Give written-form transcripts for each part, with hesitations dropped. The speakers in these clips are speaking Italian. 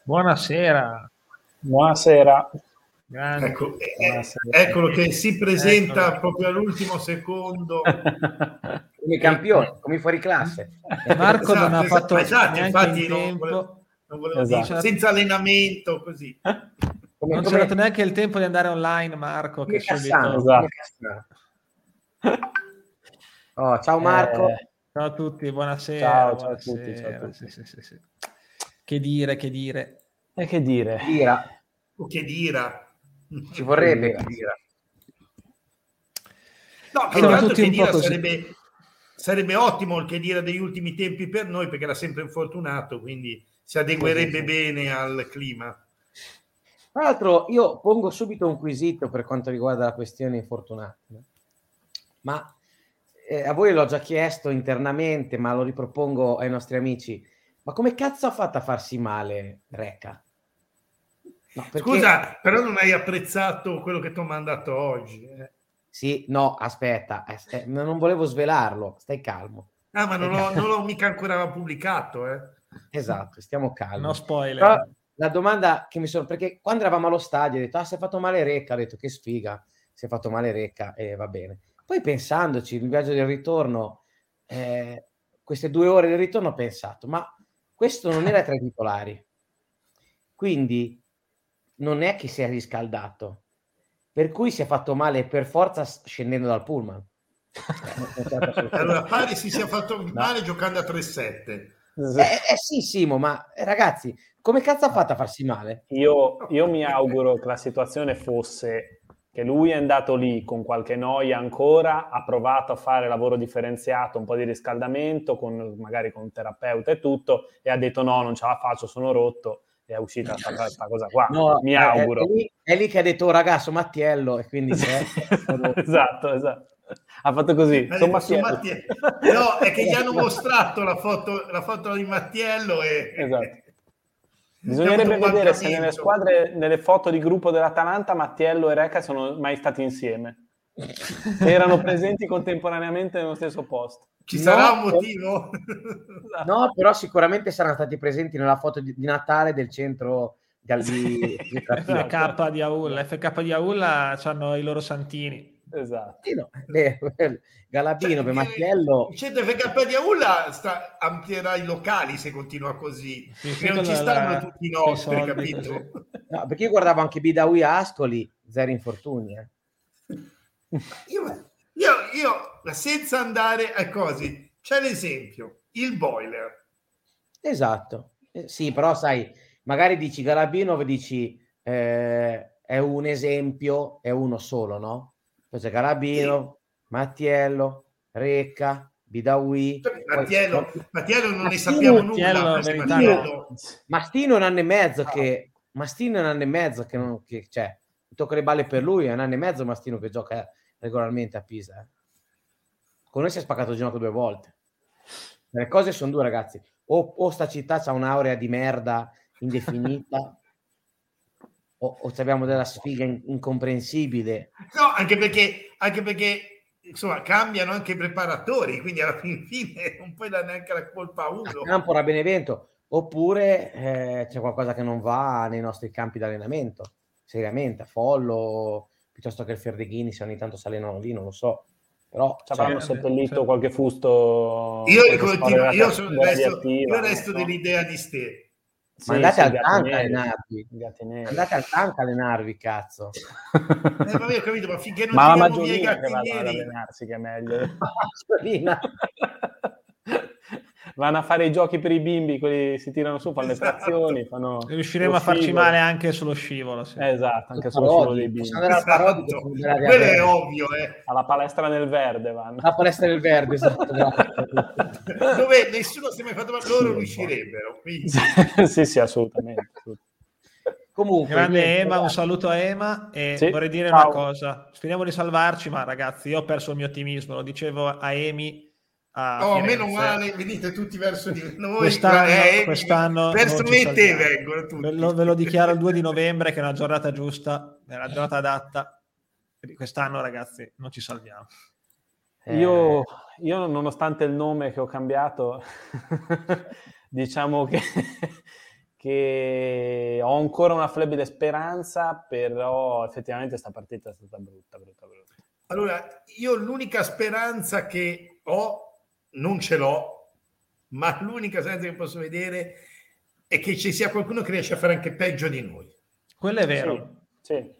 Buonasera. Buonasera. Grande. Ecco, Buonasera. eccolo che si presenta Eccolo. proprio all'ultimo secondo. Come campione, come fuori classe. Marco non ha fatto neanche infatti in tempo. non volevo Esatto. dire, senza allenamento, così. Non c'è dato neanche il tempo di andare online, Marco, che subito... Esatto. Oh, ciao Marco. Ciao a tutti, buonasera. Ciao Buonasera. a tutti. Ciao a tutti. Sì. Che dire? Che dire? Che dira. Ci vorrebbe che dira. No, che Sono tanto tutti che un po' dira così. sarebbe ottimo il che dira degli ultimi tempi per noi, perché era sempre infortunato, quindi si adeguerebbe bene al clima. Tra l'altro io pongo subito un quesito per quanto riguarda la questione infortunati, ma a voi l'ho già chiesto internamente, ma lo ripropongo ai nostri amici. Ma come cazzo ha fatto a farsi male Reca? No, perché... Scusa, però non hai apprezzato quello che ti ho mandato oggi. Sì, no, aspetta, non volevo svelarlo, stai calmo. Ah, ma non l'ho mica ancora pubblicato, Esatto, stiamo calmi. No spoiler. Però la domanda che mi sono... Perché quando eravamo allo stadio ho detto, si è fatto male Reca, ho detto, che sfiga, si è fatto male Reca, e va bene. Poi pensandoci, il viaggio del ritorno, queste 2 ore del ritorno ho pensato, ma questo non era tra i titolari. Quindi non è che si è riscaldato, per cui si è fatto male per forza scendendo dal pullman. Allora pare si sia fatto male giocando a 3-7. Sì, Simo, ma ragazzi, come cazzo ha fatto a farsi male? Io mi auguro che la situazione fosse che lui è andato lì con qualche noia ancora, ha provato a fare lavoro differenziato, un po' di riscaldamento, magari con un terapeuta e tutto, e ha detto no, non ce la faccio, sono rotto, e è uscita questa cosa qua. No, mi auguro. È lì che ha detto, oh, ragazzo, Mattiello, e quindi... esatto. Ha fatto così. No, è che gli hanno mostrato la foto di Mattiello e... Esatto. Bisognerebbe vedere se nelle squadre, nelle foto di gruppo dell'Atalanta, Mattiello e Reca sono mai stati insieme. Se erano presenti contemporaneamente nello stesso posto. Ci sarà un motivo? No, però sicuramente saranno stati presenti nella foto di Natale del centro di FK di Aulla. FK di Aulla hanno i loro santini. Esatto. Galabino per Mattiello. Il centro FK di Aulla amplierà i locali se continua così. Perché non ci stanno tutti i nostri, capito? No, perché io guardavo anche Bidawi Ascoli, 0 infortuni. Io senza andare a cose, c'è l'esempio, il boiler. Esatto. Sì, però sai, magari dici Galabino, dici è un esempio, è uno solo, no? Poi c'è Galabino, sì. Mattiello, Recca, Bidawi. Mattiello non ne sappiamo nulla. Mastino è un anno e mezzo che non, che cioè, tocca le balle per lui, è un anno e mezzo Mastino che gioca regolarmente a Pisa. Con noi si è spaccato il ginocchio 2 volte. Le cose sono 2, ragazzi. O sta città c'ha un'aurea di merda indefinita o abbiamo della sfiga incomprensibile. No, anche perché insomma cambiano anche i preparatori, quindi alla fine non puoi dare neanche la colpa a uno. A campo a Benevento, oppure c'è qualcosa che non va nei nostri campi di allenamento, seriamente, a Follo, piuttosto che il Ferdeghini, se ogni tanto si allenano lì, non lo so. Però ci avranno seppellito qualche fusto. Io resto dell'idea di Ste. Ma andate al tank a allenarvi. Andate al tank a allenarvi, cazzo. Vabbè, ho capito, ma finché non la tiriamo via i Maggiolina che gatti vanno ad neri. allenarsi, che è meglio. Vanno a fare i giochi per i bimbi, quelli si tirano su, fanno le trazioni, riusciremo a farci male anche sullo scivolo. Sì. Esatto, anche sullo scivolo dei bimbi. Quello è ovvio, alla palestra nel verde vanno. La palestra del verde, esatto. Dove nessuno si è mai fatto male, loro riuscirebbero. Sì, assolutamente. Comunque, grande Ema, un saluto a Ema e vorrei dire una cosa, speriamo di salvarci, ma ragazzi, io ho perso il mio ottimismo, lo dicevo a Emi meno male, venite tutti verso di noi. Quest'anno verso me e te vengono tutti. Ve lo dichiaro il 2 di novembre che è una giornata giusta, è una giornata adatta. Quest'anno, ragazzi, non ci salviamo. Io nonostante il nome che ho cambiato diciamo che ho ancora una flebile speranza, però effettivamente sta partita è stata brutta. Allora, io l'unica speranza che ho, non ce l'ho, ma l'unica speranza che posso vedere è che ci sia qualcuno che riesce a fare anche peggio di noi. Quello è vero. Sì.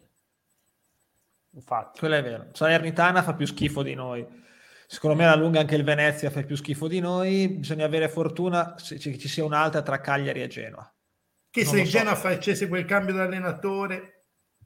Infatti. Quello è vero. Salernitana fa più schifo di noi. Secondo me alla lunga anche il Venezia fa più schifo di noi. Bisogna avere fortuna se ci sia un'altra tra Cagliari e Genoa. Che se il Genoa facesse quel cambio d'allenatore...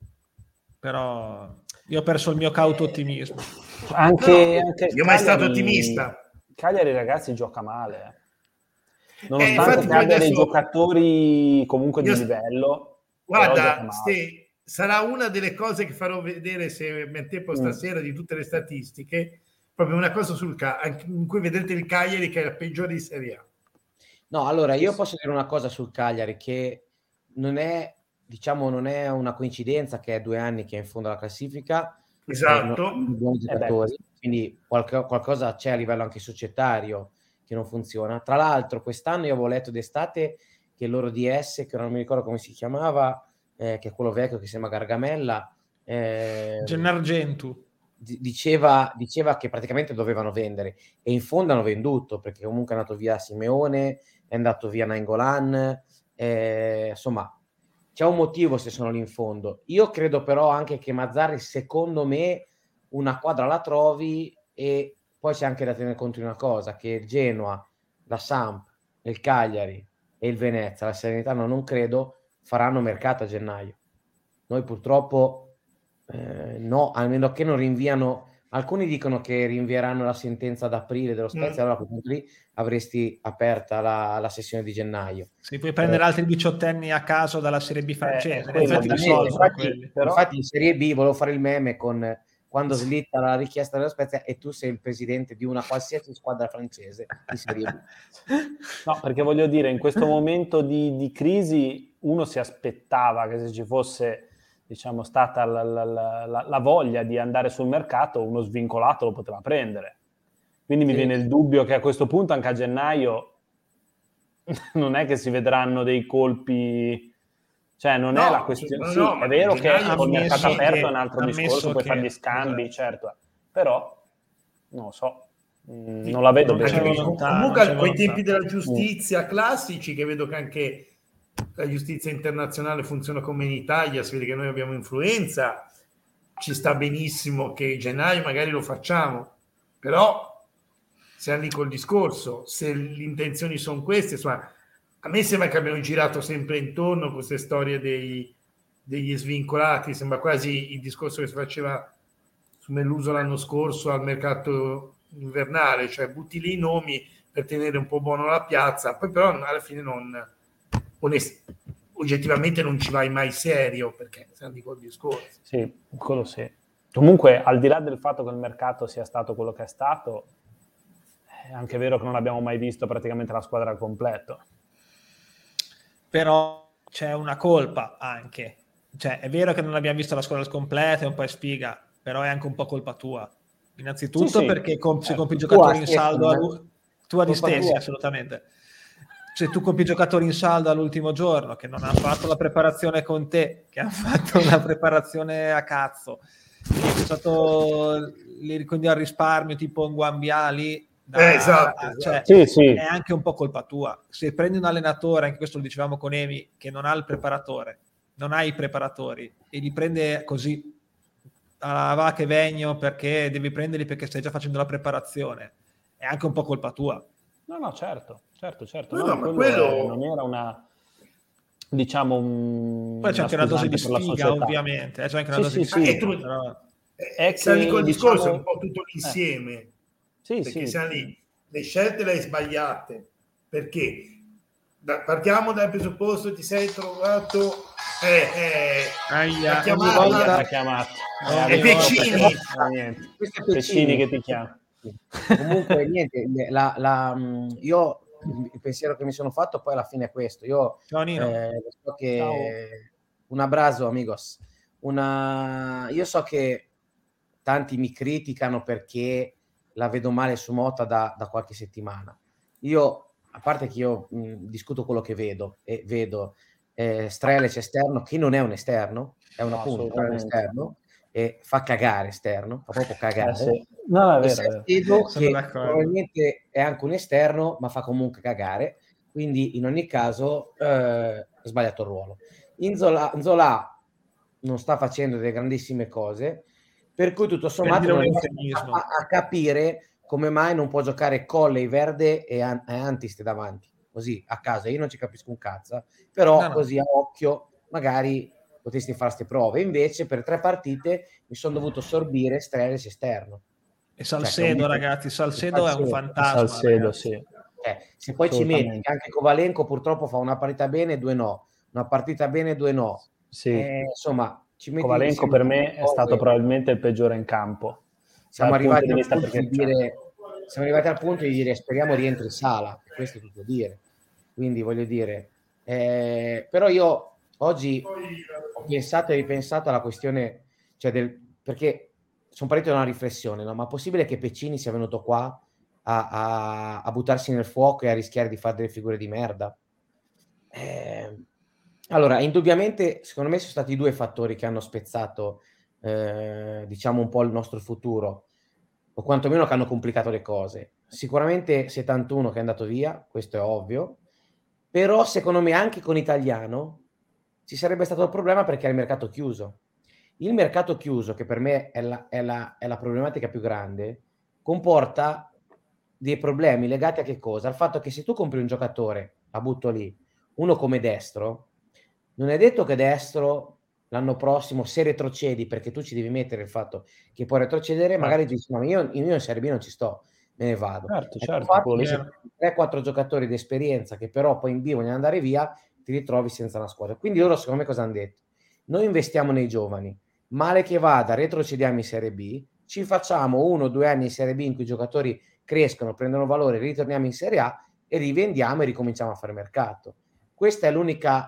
Però io ho perso il mio cauto ottimismo. Anche io mai stato ottimista. Cagliari, ragazzi, gioca male. Nonostante abbia dei giocatori comunque di livello. Guarda, sarà una delle cose che farò vedere se mi tempo stasera di tutte le statistiche, proprio una cosa in cui vedrete il Cagliari che è la peggiore di Serie A. No, allora io posso dire una cosa sul Cagliari, che non è una coincidenza che è 2 anni che è in fondo alla classifica. Esatto. Buoni giocatori, quindi qualcosa c'è a livello anche societario che non funziona. Tra l'altro quest'anno io avevo letto d'estate che il loro DS, che non mi ricordo come si chiamava, che è quello vecchio che sembra Gargamella, Gennargentu, diceva che praticamente dovevano vendere, e in fondo hanno venduto, perché comunque è andato via Simeone, è andato via Nainggolan, insomma c'è un motivo se sono lì in fondo. Io credo però anche che Mazzarri, secondo me, una quadra la trovi, e poi c'è anche da tenere conto di una cosa, che il Genoa, la Samp, il Cagliari e il Venezia, la Salernitana non credo faranno mercato a gennaio. Noi purtroppo no, a meno che non rinviano. Alcuni dicono che rinvieranno la sentenza ad aprile dello Spezia, allora a quel punto lì avresti aperta la sessione di gennaio. Si puoi prendere altri 18enni a caso dalla Serie B francese. Infatti in Serie B volevo fare il meme con quando slitta la richiesta della Spezia e tu sei il presidente di una qualsiasi squadra francese in Serie B. No, perché voglio dire, in questo momento di crisi uno si aspettava che se ci fosse, diciamo, stata la voglia di andare sul mercato, uno svincolato lo poteva prendere. Quindi mi viene il dubbio che a questo punto anche a gennaio non è che si vedranno dei colpi, cioè non è la questione. Sì, è vero che col mercato aperto è un altro discorso, puoi fare gli scambi, certo, però non lo so, non la vedo bene. Comunque a quei tempi della giustizia classici, che vedo che anche la giustizia internazionale funziona come in Italia, si vede che noi abbiamo influenza, ci sta benissimo che gennaio magari lo facciamo, però siamo lì col discorso, se le intenzioni sono queste, insomma, a me sembra che abbiamo girato sempre intorno queste storie degli svincolati, sembra quasi il discorso che si faceva su Melluso l'anno scorso al mercato invernale, cioè butti lì i nomi per tenere un po' buono la piazza, poi però alla fine oggettivamente non ci vai mai serio, perché siamo lì col discorso. Sì, quello sì. Comunque, al di là del fatto che il mercato sia stato quello che è stato, è anche vero che non abbiamo mai visto praticamente la squadra al completo. Però c'è una colpa anche, cioè è vero che non abbiamo visto la squadra al completo, è un po' sfiga, però è anche un po' colpa tua, innanzitutto perché se compi i giocatori in saldo tua di stessi, assolutamente. Se tu compi i giocatori in saldo all'ultimo giorno, che non hanno fatto la preparazione con te, che hanno fatto una preparazione a cazzo, che è stato lì quindi al risparmio tipo un Guambia lì, esatto. Cioè, è anche un po' colpa tua. Se prendi un allenatore, anche questo lo dicevamo con Emi, che non ha il preparatore, non ha i preparatori, e li prende così a va che vegno perché devi prenderli perché stai già facendo la preparazione, è anche un po' colpa tua. No, certo. No, ma quello non era una, diciamo, poi c'è anche una dose di sfiga, ovviamente. C'è anche una dose di sfiga, però siamo lì col discorso, è un po' tutto l'insieme. Perché siamo lì, le scelte le hai sbagliate, perché partiamo dal presupposto ti sei trovato la chiamata e Peccini Peccini che ti chiama. Comunque niente, io il pensiero che mi sono fatto poi alla fine è questo. Io so che un abbraccio amigos, io so che tanti mi criticano perché la vedo male su Motta da qualche settimana. Io, a parte che io discuto quello che vedo, e vedo Strelec esterno, che non è un esterno, è una punta, è un esterno, e fa cagare esterno, fa proprio cagare. Sì. No, è vero, Salcedo, che probabilmente è anche un esterno, ma fa comunque cagare, quindi in ogni caso è sbagliato il ruolo. Nzola non sta facendo delle grandissime cose, per cui tutto sommato non riesco a capire come mai non può giocare Colley, Verde e Antiste davanti, così a casa. Io non ci capisco un cazzo, però così a occhio magari potresti fare queste prove. Invece per 3 partite mi sono dovuto sorbire Strelec esterno. E Salcedo, ragazzi, Salcedo è un fantasma. Salcedo, sì. Se poi ci metti che anche Kovalenko purtroppo fa una partita bene, 2 no, una partita bene, 2 no. Sì. Insomma, Kovalenko per me è stato probabilmente il peggiore in campo. Siamo arrivati al punto di dire speriamo rientri Sala, questo è tutto dire. Quindi voglio dire, però io oggi ho pensato e ripensato alla questione, cioè perché sono partito da una riflessione, no? Ma è possibile che Pecini sia venuto qua a buttarsi nel fuoco e a rischiare di fare delle figure di merda? Allora, indubbiamente, secondo me sono stati 2 fattori che hanno spezzato, diciamo, un po' il nostro futuro, o quantomeno che hanno complicato le cose. Sicuramente 71 che è andato via, questo è ovvio, però secondo me anche con Italiano ci sarebbe stato il problema perché è il mercato chiuso. Il mercato chiuso, che per me è la problematica più grande, comporta dei problemi legati a che cosa? Al fatto che se tu compri un giocatore, la butto lì, uno come Destro, non è detto che Destro l'anno prossimo, se retrocedi, perché tu ci devi mettere il fatto che puoi retrocedere, magari dici, ma io in Serie B non ci sto, me ne vado. Certo, 3-4 giocatori di esperienza che però poi in B vogliono andare via, ti ritrovi senza una squadra. Quindi loro secondo me cosa hanno detto? Noi investiamo nei giovani, male che vada, retrocediamo in Serie B, ci facciamo 1 o 2 anni in Serie B in cui i giocatori crescono, prendono valore, ritorniamo in Serie A e rivendiamo e ricominciamo a fare mercato. Questa è l'unica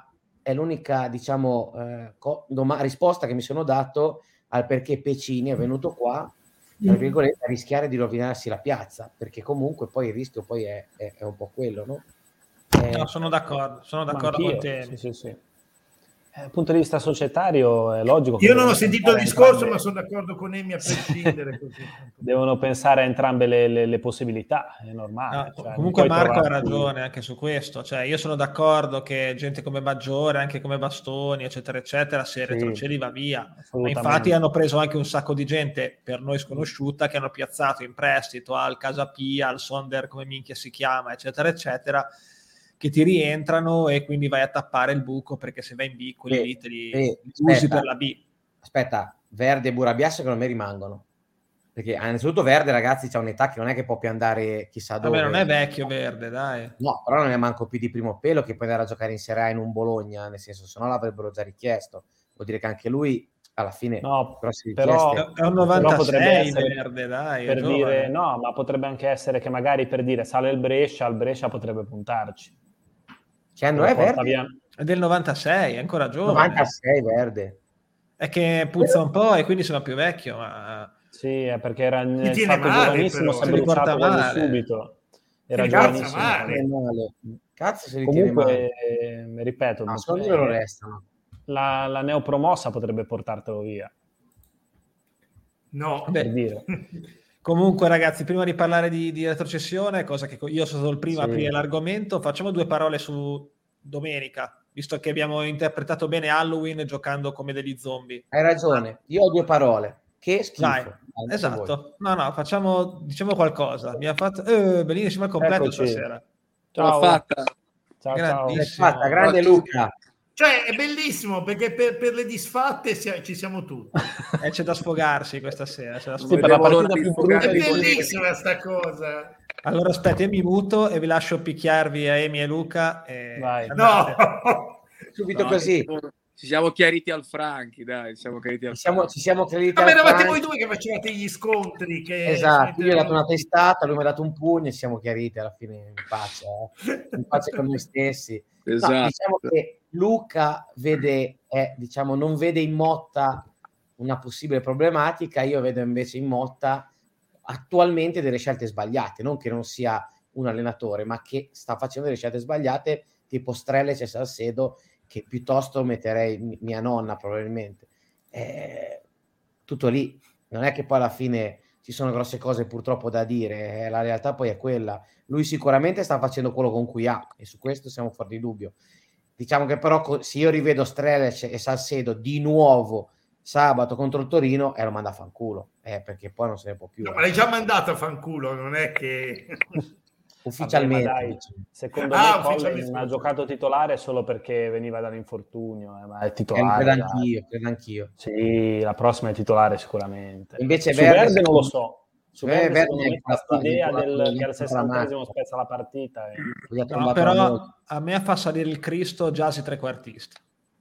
diciamo, risposta che mi sono dato al perché Pecini è venuto qua, tra virgolette, a rischiare di rovinarsi la piazza, perché comunque poi il rischio poi è un po' quello, no? No, sono d'accordo con te. Sì. Dal punto di vista societario è logico. Io non ho sentito il discorso, ma sono d'accordo con Emi a prescindere. Devono pensare a entrambe le possibilità, è normale. No, comunque Marco ha ragione anche su questo. Cioè, io sono d'accordo che gente come Maggiore, anche come Bastoni, eccetera, eccetera, se retrocedi va via. Ma infatti hanno preso anche un sacco di gente per noi sconosciuta che hanno piazzato in prestito al Casapia, al Sonder, come minchia si chiama, eccetera, eccetera, che ti rientrano e quindi vai a tappare il buco, perché se vai in B quelli lì te li usi per la B. Aspetta, Verde e Burabia secondo me rimangono, perché innanzitutto Verde, ragazzi, c'ha un'età che non è che può più andare chissà dove. Vabbè, non è vecchio Verde, dai. No, però non è manco più di primo pelo che può andare a giocare in Serie A in un Bologna, nel senso, se no l'avrebbero già richiesto. Vuol dire che anche lui alla fine però è un 96 Verde, dai, per dire, no, ma potrebbe anche essere che magari per dire sale il Brescia, al Brescia potrebbe puntarci. Che anno è Verde? È del 96, è ancora giovane. 96 Verde. È che puzza un po' e quindi sono più vecchio, ma sì, è perché era stato giovanissimo, si è bruciato quasi subito. Era giovanissimo. Cazzo se li comunque, ripeto, secondo me restano. La neopromossa potrebbe portartelo via. No, per dire. Comunque ragazzi, prima di parlare di retrocessione, cosa che io sono stato il primo a aprire l'argomento, facciamo 2 parole su domenica, visto che abbiamo interpretato bene Halloween giocando come degli zombie. Hai ragione, io ho 2 parole. Che schifo. Dai, esatto. No, diciamo qualcosa. Mi ha fatto benissimo al completo stasera. Ce l'ho fatta. Ciao. Fatta, grande Luca. Cioè è bellissimo perché per le disfatte ci siamo tutti. C'è da sfogarsi questa sera. C'è da è bellissima sta cosa. Allora aspetta, io mi muto e vi lascio picchiarvi a Emi e Luca. Vai. No, subito così. Ci siamo chiariti al Franchi, dai. Ci siamo chiariti al Franchi. Ci siamo chiariti al Franchi. Ma eravate voi 2 che facevate gli scontri. Esatto, io gli ho dato una testata, lui mi ha dato un pugno e ci siamo chiariti alla fine in pace con noi stessi. Esatto. No, diciamo che Luca non vede in Motta una possibile problematica, io vedo invece in Motta attualmente delle scelte sbagliate, non che non sia un allenatore, ma che sta facendo delle scelte sbagliate tipo Strelec e Salcedo, che piuttosto metterei mia nonna probabilmente. Tutto lì, non è che poi alla fine ci sono grosse cose purtroppo da dire, la realtà poi è quella. Lui sicuramente sta facendo quello con cui ha, e su questo siamo fuori di dubbio. Diciamo che però se io rivedo Strelec e Salcedo di nuovo sabato contro il Torino, lo manda a fanculo, perché poi non se ne può più. No, ma l'hai già mandato a fanculo, non è che... Ufficialmente. Vabbè, dai, secondo me Collin ha giocato titolare solo perché veniva dall'infortunio, ma è titolare. Credo anch'io. Sì, la prossima è titolare sicuramente. Invece su Verde non lo so. Su Verde questa idea che al 60esimo spezza la partita. No, però a me fa salire il Cristo Gyasi trequartista.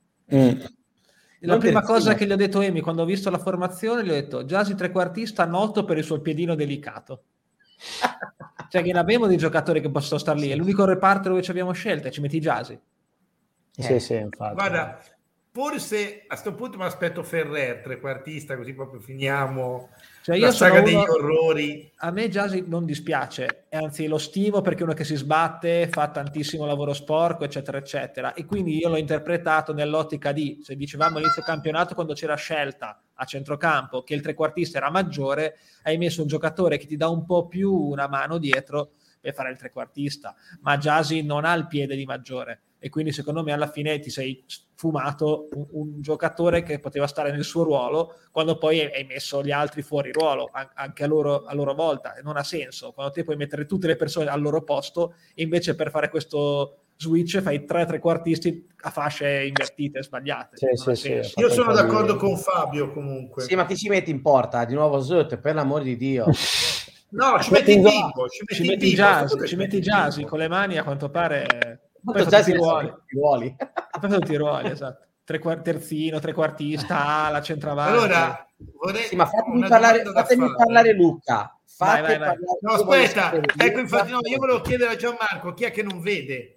La prima cosa che gli ho detto Emi quando ho visto la formazione, gli ho detto Gyasi trequartista, noto per il suo piedino delicato. Cioè che ne abbiamo dei giocatori che possono star lì, è l'unico reparto dove ci abbiamo scelta, ci metti Gyasi. Sì, infatti. Guarda, forse a sto punto mi aspetto Ferrer trequartista, così proprio finiamo la saga degli orrori. A me Gyasi non dispiace, anzi lo stimo perché è uno che si sbatte, fa tantissimo lavoro sporco, eccetera eccetera, e quindi io l'ho interpretato nell'ottica di, se dicevamo all'inizio campionato quando c'era scelta a centrocampo che il trequartista era maggiore, hai messo un giocatore che ti dà un po' più una mano dietro per fare il trequartista, ma Gyasi non ha il piede di maggiore e quindi secondo me alla fine ti sei fumato un giocatore che poteva stare nel suo ruolo quando poi hai messo gli altri fuori ruolo anche a loro volta, e non ha senso quando te puoi mettere tutte le persone al loro posto e invece per fare questo switch fai 3 trequartisti a fasce invertite, sbagliate. Sì. Io sono d'accordo con Fabio comunque. Sì, ma chi ci metti in porta? Di nuovo Zut, per l'amore di Dio. No, ci metti in bimbo. Ci metti Gyasi con le mani, a quanto pare. Poi fa tutti i ruoli, esatto. Terzino, trequartista, ala, centravanti. Allora, sì, ma fatemi parlare Luca. Vai. No, aspetta, ecco, infatti, no, io volevo chiedere a Gianmarco chi è che non vede.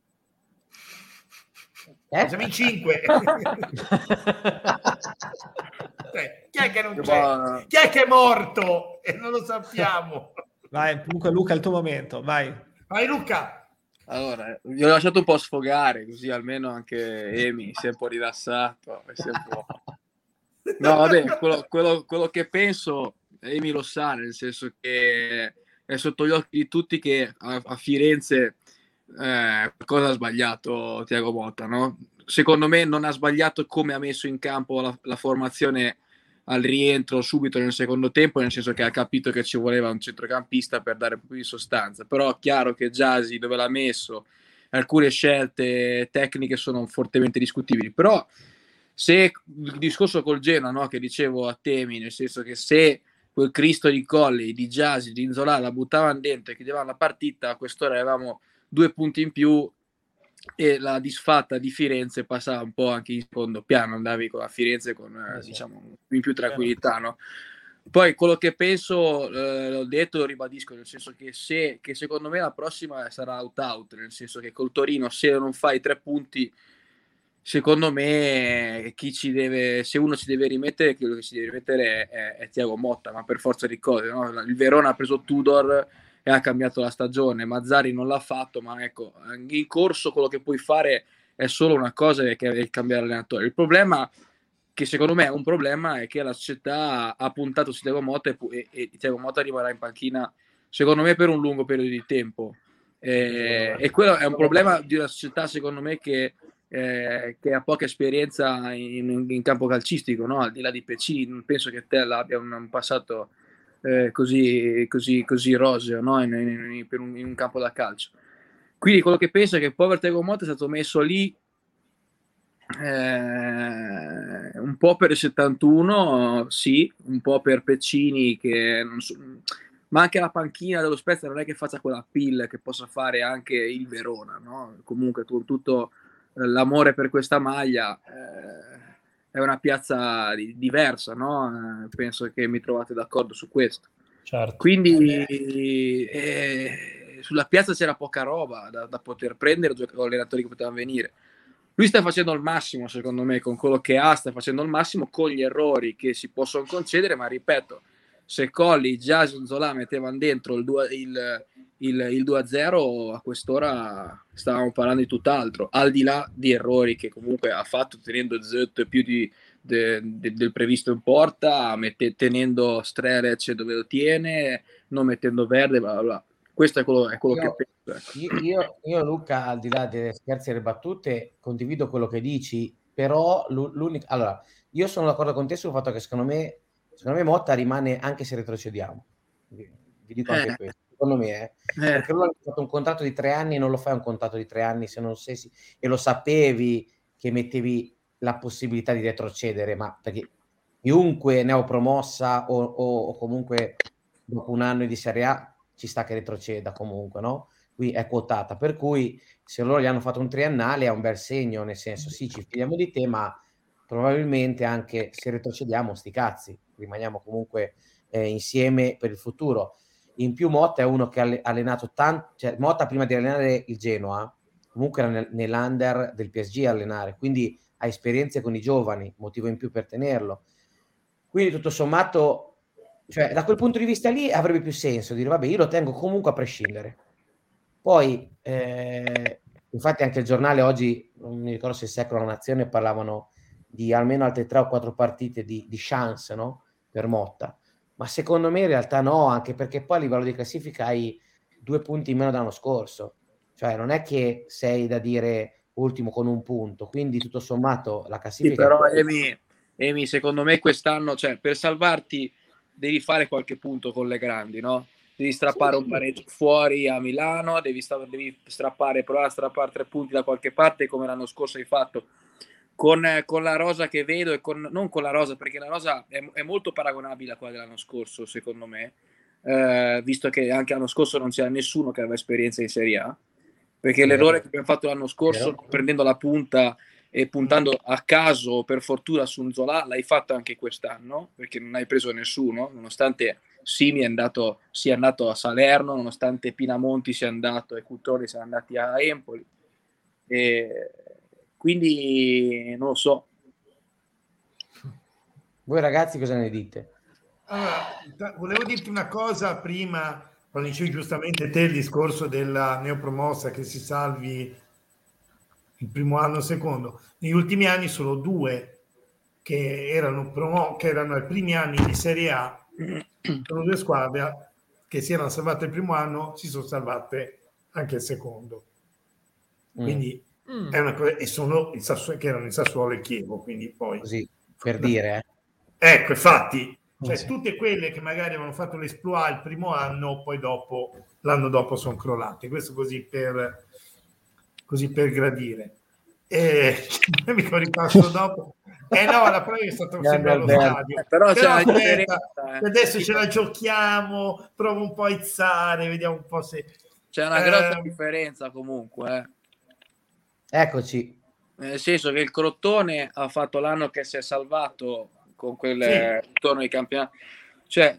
Siamo in 5. Chi è che non c'è? Chi è che è morto? E non lo sappiamo. Vai, comunque Luca, è il tuo momento, vai Luca. Allora, vi ho lasciato un po' sfogare, così almeno anche Emi si è un po' rilassato. No, vabbè, quello che penso, Emi lo sa, nel senso che è sotto gli occhi di tutti che a Firenze cosa ha sbagliato Thiago Motta, no? Secondo me non ha sbagliato come ha messo in campo la formazione al rientro subito nel secondo tempo, nel senso che ha capito che ci voleva un centrocampista per dare un po' più di sostanza, però è chiaro che Gyasi dove l'ha messo, alcune scelte tecniche sono fortemente discutibili, però se il discorso col Genoa, no, che dicevo a Temi, nel senso che se quel Cristo di Colli, di Gyasi, di Nzola la buttavano dentro e chiudevano la partita, a quest'ora avevamo 2 punti in più e la disfatta di Firenze passava un po' anche in secondo piano, andavi con la Firenze con diciamo in più tranquillità, no? Poi quello che penso, l'ho detto, lo ribadisco, nel senso che secondo me la prossima sarà out, nel senso che col Torino se non fai 3 punti, secondo me se uno ci deve rimettere, quello che si deve rimettere è Thiago Motta, ma per forza di cose, no? Il Verona ha preso Tudor e ha cambiato la stagione, Mazzarri non l'ha fatto, ma ecco, in corso quello che puoi fare è solo una cosa, che è il cambiare allenatore. Il problema, che secondo me è un problema, è che la società ha puntato su Thiago Motta e Thiago Motta rimarrà in panchina secondo me per un lungo periodo di tempo, e quello è un problema di una società secondo me che ha poca esperienza in campo calcistico, no? Al di là di Pecini, non penso che Tella abbia un passato così roseo, no? in un campo da calcio. Quindi quello che penso è che il povero Thiago Motta è stato messo lì un po' per il 71, sì, un po' per Pecini, che non so, ma anche la panchina dello Spezia non è che faccia quella pill che possa fare anche il Verona, no? Comunque tutto l'amore per questa maglia è una piazza diversa, no? Penso che mi trovate d'accordo su questo. Certo. Quindi sulla piazza c'era poca roba da poter prendere, allenatori che potevano venire. Lui sta facendo il massimo, secondo me, con quello che ha, sta facendo il massimo con gli errori che si possono concedere, ma ripeto, se Colli, Gyasi, Nzola mettevano dentro il 2-0 a quest'ora stavamo parlando di tutt'altro, al di là di errori che comunque ha fatto tenendo Zet più del previsto in porta, tenendo Strelec dove lo tiene, non mettendo Verde, bla bla bla. Questo è quello che penso. Io Luca, al di là delle scherzi e delle battute, condivido quello che dici, però allora, io sono d'accordo con te sul fatto che secondo me Motta rimane anche se retrocediamo. Vi dico anche questo. Secondo me perché lui ha fatto un contratto di 3 anni, non lo fai un contratto di 3 anni se non sei e lo sapevi che mettevi la possibilità di retrocedere, ma perché chiunque neopromossa o comunque dopo un anno di Serie A ci sta che retroceda comunque, no? Qui è quotata, per cui se loro gli hanno fatto un triennale è un bel segno, nel senso sì, ci fidiamo di te, ma probabilmente anche se retrocediamo sti cazzi, rimaniamo comunque insieme per il futuro. In più Motta è uno che ha allenato tanto, cioè Motta prima di allenare il Genoa comunque era nell'under del PSG a allenare, quindi ha esperienze con i giovani, motivo in più per tenerlo. Quindi tutto sommato, cioè da quel punto di vista lì avrebbe più senso dire vabbè, io lo tengo comunque a prescindere. Poi infatti anche il giornale oggi, non mi ricordo se il Secolo La Nazione, parlavano di almeno altre 3 o 4 partite di chance, no? Per Motta, ma secondo me in realtà no, anche perché poi a livello di classifica hai 2 punti in meno dell'anno scorso, cioè non è che sei da dire ultimo con 1 punto, quindi tutto sommato la classifica sì, però Emi, secondo me quest'anno, cioè, per salvarti devi fare qualche punto con le grandi, no? Devi strappare un pareggio fuori a Milano, devi provare a strappare 3 punti da qualche parte come l'anno scorso hai fatto. Con la rosa che vedo e non con la rosa, perché la rosa è molto paragonabile a quella dell'anno scorso, secondo me, visto che anche l'anno scorso non c'era nessuno che aveva esperienza in Serie A, perché l'errore che abbiamo fatto l'anno scorso, prendendo la punta e puntando a caso per fortuna su un Zola, l'hai fatto anche quest'anno, perché non hai preso nessuno, nonostante Simi sia andato a Salerno, nonostante Pinamonti sia andato e Cutroni siano andati a Empoli. Quindi non lo so. Voi ragazzi cosa ne dite? Allora, volevo dirti una cosa prima, quando dicevi giustamente te il discorso della neopromossa che si salvi il primo anno o il secondo. Negli ultimi anni solo 2 che erano ai primi anni di Serie A, sono 2 squadre che si erano salvate il primo anno, si sono salvate anche il secondo. Quindi è una cosa, e sono che erano il Sassuolo e Chievo, quindi poi così per dire ecco, infatti, cioè tutte quelle che magari avevano fatto l'esploit il primo anno, poi l'anno dopo sono crollate. Questo così per gradire. Mi ripasso dopo. No, la prova è stato sempre allo stadio. Però aspetta, adesso ce la giochiamo, provo un po' a izzare, vediamo un po' se... C'è una grossa differenza comunque. Eccoci. Nel senso che il Crotone ha fatto l'anno che si è salvato con quel torno di campionato. Cioè,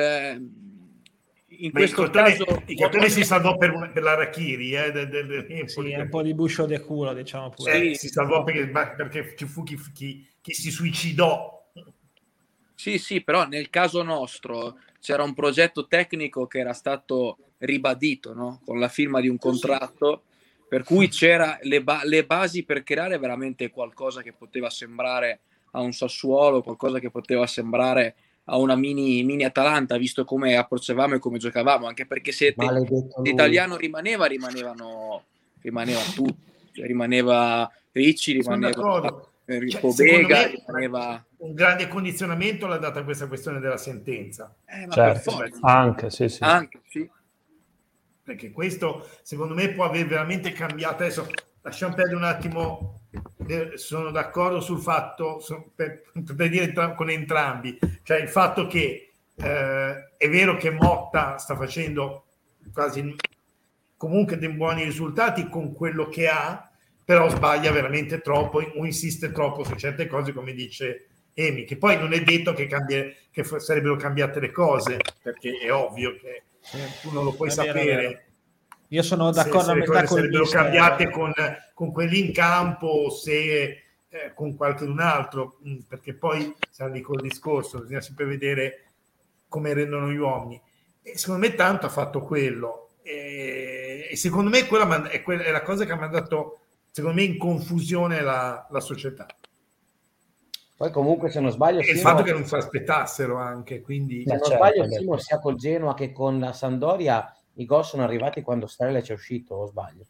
in questo caso... Il Crotone si salvò per l'Arachiri. Sì, è un po' di buscio de culo, diciamo pure. Si salvò perché ci fu chi si suicidò. Sì, però nel caso nostro c'era un progetto tecnico che era stato ribadito, no? Con la firma di un contratto, per cui c'era le basi per creare veramente qualcosa che poteva sembrare a un Sassuolo, qualcosa che poteva sembrare a una mini Atalanta, visto come approcciavamo e come giocavamo, anche perché se l'italiano rimanevano tutti, cioè rimaneva Ricci, rimaneva Pobega, rimaneva... Un grande condizionamento l'ha data questa questione della sentenza. Ma certo, anche sì. Perché questo secondo me può aver veramente cambiato. Adesso lasciamo perdere un attimo, sono d'accordo sul fatto, per dire con entrambi, cioè il fatto che è vero che Motta sta facendo quasi comunque dei buoni risultati con quello che ha, però sbaglia veramente troppo o insiste troppo su certe cose, come dice Emi, che poi non è detto che sarebbero cambiate le cose, perché è ovvio che tu non lo puoi sapere. Io sono d'accordo se le cose sarebbero cambiate con quelli in campo o se con qualcun altro, perché poi siamo lì col discorso, bisogna sempre vedere come rendono gli uomini. E secondo me tanto ha fatto quello. e secondo me quella è la cosa che ha mandato, secondo me, in confusione la società. Poi comunque, se non sbaglio, il fatto che non si aspettassero anche, quindi se non sbaglio, Simo, sia col Genoa che con la Sampdoria i gol sono arrivati quando Strelec è uscito, o sbaglio?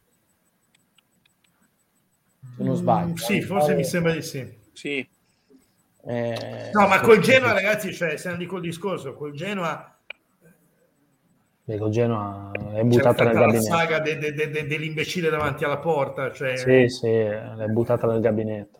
Se non sbaglio. Sì, forse mi sembra di sì. Sì. No, ma col Genoa, ragazzi, cioè, se andiamo col discorso, col Genoa col Genoa è buttata nel gabinetto. La saga dell'imbecille davanti alla porta, cioè... Sì, è buttata nel gabinetto.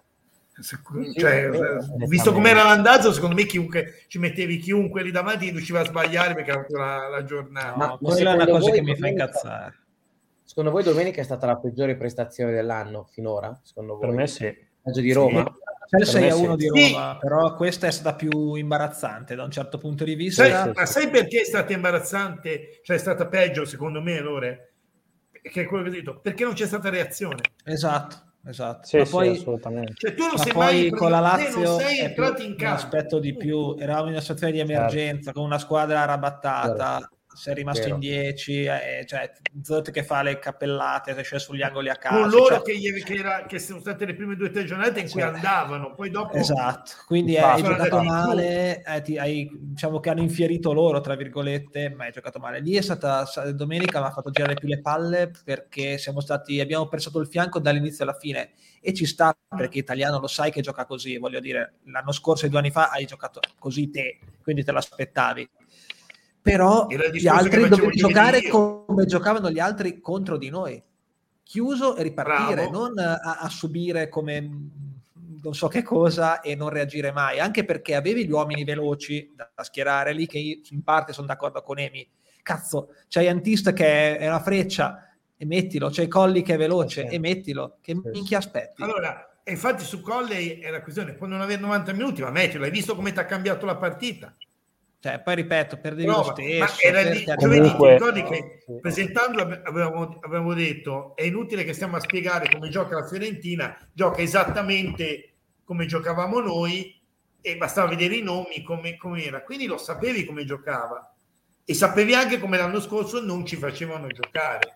Cioè, visto com'era l'andazzo, secondo me chiunque ci mettevi chiunque lì davanti riusciva a sbagliare perché era la giornata. Ma quella è una cosa che mi fa incazzare. Secondo voi domenica è stata la peggiore prestazione dell'anno finora? Secondo voi? Per me sì. Di Roma? C'è il 6-1 di Roma, però questa è stata più imbarazzante da un certo punto di vista. Ma sai perché è stata imbarazzante? Cioè è stata peggio secondo me, Lore? Che è quello che ho detto, perché non c'è stata reazione. Esatto. Sì, ma poi, assolutamente. Cioè, tu non sei poi mai con la Lazio non sei entrato in campo. Aspetto di più, eravamo in una situazione di emergenza, con una squadra arrabattata, sei rimasto in 10, cioè Zotti che fa le cappellate, esce sugli angoli a caso. Con loro che sono state le prime 2 o 3 giornate in cui andavano, poi dopo... Esatto, quindi hai giocato male, diciamo che hanno infierito loro, tra virgolette, ma hai giocato male. Lì è stata domenica, mi ha fatto girare più le palle perché abbiamo pressato il fianco dall'inizio alla fine, e ci sta, perché Italiano lo sai che gioca così, voglio dire, l'anno scorso e 2 anni fa hai giocato così te, quindi te l'aspettavi. Però gli altri dovevano giocare come giocavano gli altri contro di noi, chiuso e ripartire. Bravo. Non a subire come non so che cosa e non reagire mai, anche perché avevi gli uomini veloci da schierare lì, che io in parte sono d'accordo con Emi. Cazzo, c'hai Antista che è una freccia e mettilo, c'hai Colli che è veloce e mettilo, che minchia aspetti? Allora, infatti su Colli è la questione, può non avere 90 minuti, ma mettilo, hai visto come ti ha cambiato la partita? Cioè, poi ripeto, perdevi lo stesso. Ma era lì, giovedì, ti ricordi che presentandolo avevamo detto è inutile che stiamo a spiegare come gioca la Fiorentina, gioca esattamente come giocavamo noi e bastava vedere i nomi come era, quindi lo sapevi come giocava e sapevi anche come l'anno scorso non ci facevano giocare.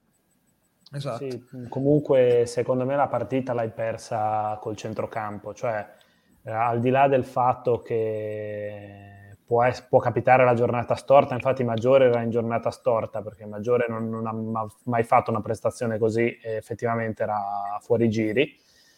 Esatto. Sì, comunque secondo me la partita l'hai persa col centrocampo, cioè al di là del fatto che può capitare la giornata storta, infatti Maggiore era in giornata storta perché Maggiore non ha mai fatto una prestazione così e effettivamente era fuori giri.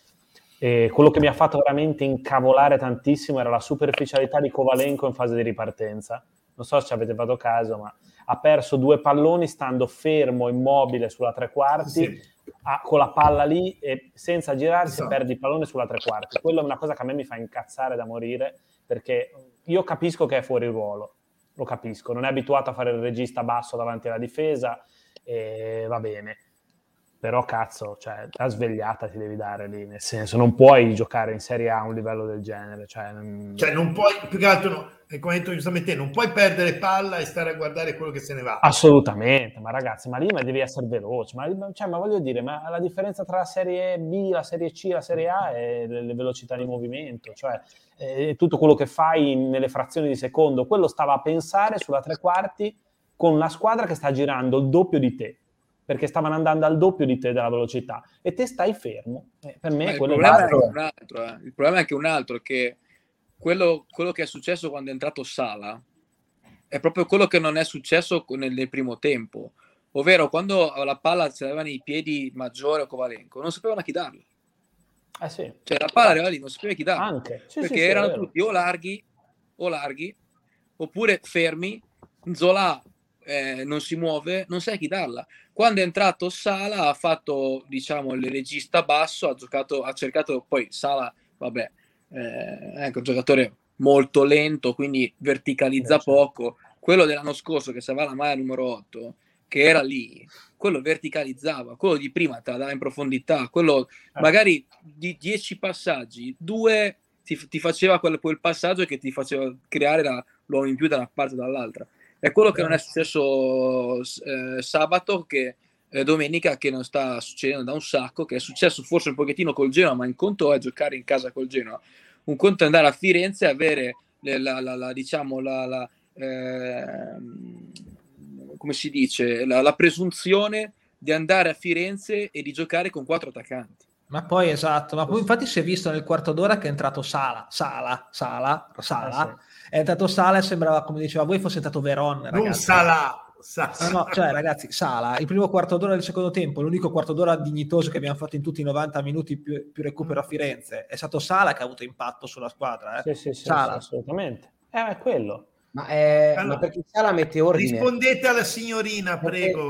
E quello che mi ha fatto veramente incavolare tantissimo era la superficialità di Kovalenko in fase di ripartenza. Non so se ci avete fatto caso, ma ha perso 2 palloni stando fermo, immobile sulla 3/4, con la palla lì e senza girarsi perdi il pallone sulla 3/4. Quello è una cosa che a me mi fa incazzare da morire, perché io capisco che è fuori ruolo, lo capisco, non è abituato a fare il regista basso davanti alla difesa e va bene, però cazzo, cioè la svegliata ti devi dare lì, nel senso non puoi giocare in Serie A a un livello del genere, cioè non puoi, più che altro come hai detto giustamente, non puoi perdere palla e stare a guardare quello che se ne va. Assolutamente, ma ragazzi, ma devi essere veloce, ma voglio dire, ma la differenza tra la Serie B, la Serie C e la Serie A è le velocità di movimento, cioè tutto quello che fai nelle frazioni di secondo, quello stava a pensare sulla 3/4 con una squadra che sta girando il doppio di te, perché stavano andando al doppio di te della velocità e te stai fermo. Per me quello il problema è un altro. Il problema è anche un altro, che quello che è successo quando è entrato Sala è proprio quello che non è successo nel primo tempo, ovvero quando la palla si aveva nei piedi Maggiore o Kovalenko non sapevano a chi darla. Sì. Cioè la palla arrivava lì, non sapeva chi darla, anche. perché erano tutti o larghi oppure fermi. Zola non si muove, non sai chi darla. Quando è entrato Sala ha fatto, diciamo, il regista basso, ha cercato, poi Sala, vabbè, ecco, un giocatore molto lento, quindi verticalizza poco. Quello dell'anno scorso che salva la maglia numero 8, che era lì, quello verticalizzava, quello di prima te la dava in profondità, quello magari di 10 passaggi 2 ti faceva quel passaggio che ti faceva creare l'uomo in più da una parte o dall'altra. È quello che non è successo sabato, che domenica, che non sta succedendo da un sacco, che è successo forse un pochettino col Genoa, ma un conto è giocare in casa col Genoa, un conto è andare a Firenze e avere come si dice, la presunzione di andare a Firenze e di giocare con 4 attaccanti. Ma poi esatto, ma poi infatti si è visto nel quarto d'ora che è entrato Sala, è entrato Sala e sembrava, come diceva voi, fosse entrato Veron, ragazzi. Non Sala. No, cioè ragazzi, Sala, il primo quarto d'ora del secondo tempo, l'unico quarto d'ora dignitoso che abbiamo fatto in tutti i 90 minuti più recupero a Firenze, è stato Sala che ha avuto impatto sulla squadra. Sì, Sala. assolutamente. È quello. Ma perché Sala mette ordine? Rispondete alla signorina, prego.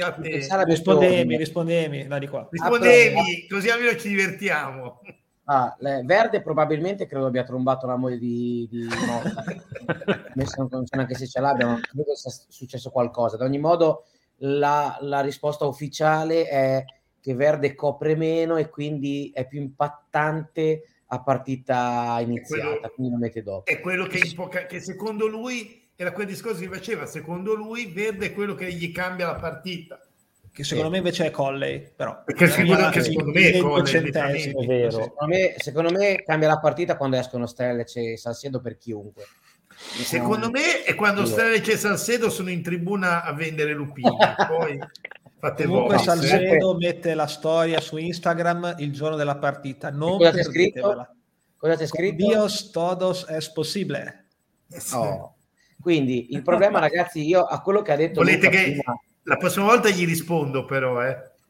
Rispondemi, da di qua. Rispondemi, così almeno ci divertiamo. Verde probabilmente credo abbia trombato la moglie di Motta. Non so neanche se ce l'abbia, ma credo sia successo qualcosa. Ad ogni modo la risposta ufficiale è che Verde copre meno e quindi è più impattante a partita iniziata, quindi lo mette dopo. È quello che secondo lui era quel discorso che faceva, secondo lui Verde è quello che gli cambia la partita. Che secondo me invece è Colley, però. Perché secondo me è Colley, è vero. Secondo me cambia la partita quando escono Stellec e Salcedo per chiunque. Secondo me è quando Stellec e Salcedo sono in tribuna a vendere lupini. Poi fate comunque Salcedo mette la storia su Instagram il giorno della partita. Non cosa c'è scritto? Dios todos es posible. Quindi il problema, ragazzi, io a quello che ha detto volete Luca che prima, la prossima volta gli rispondo, però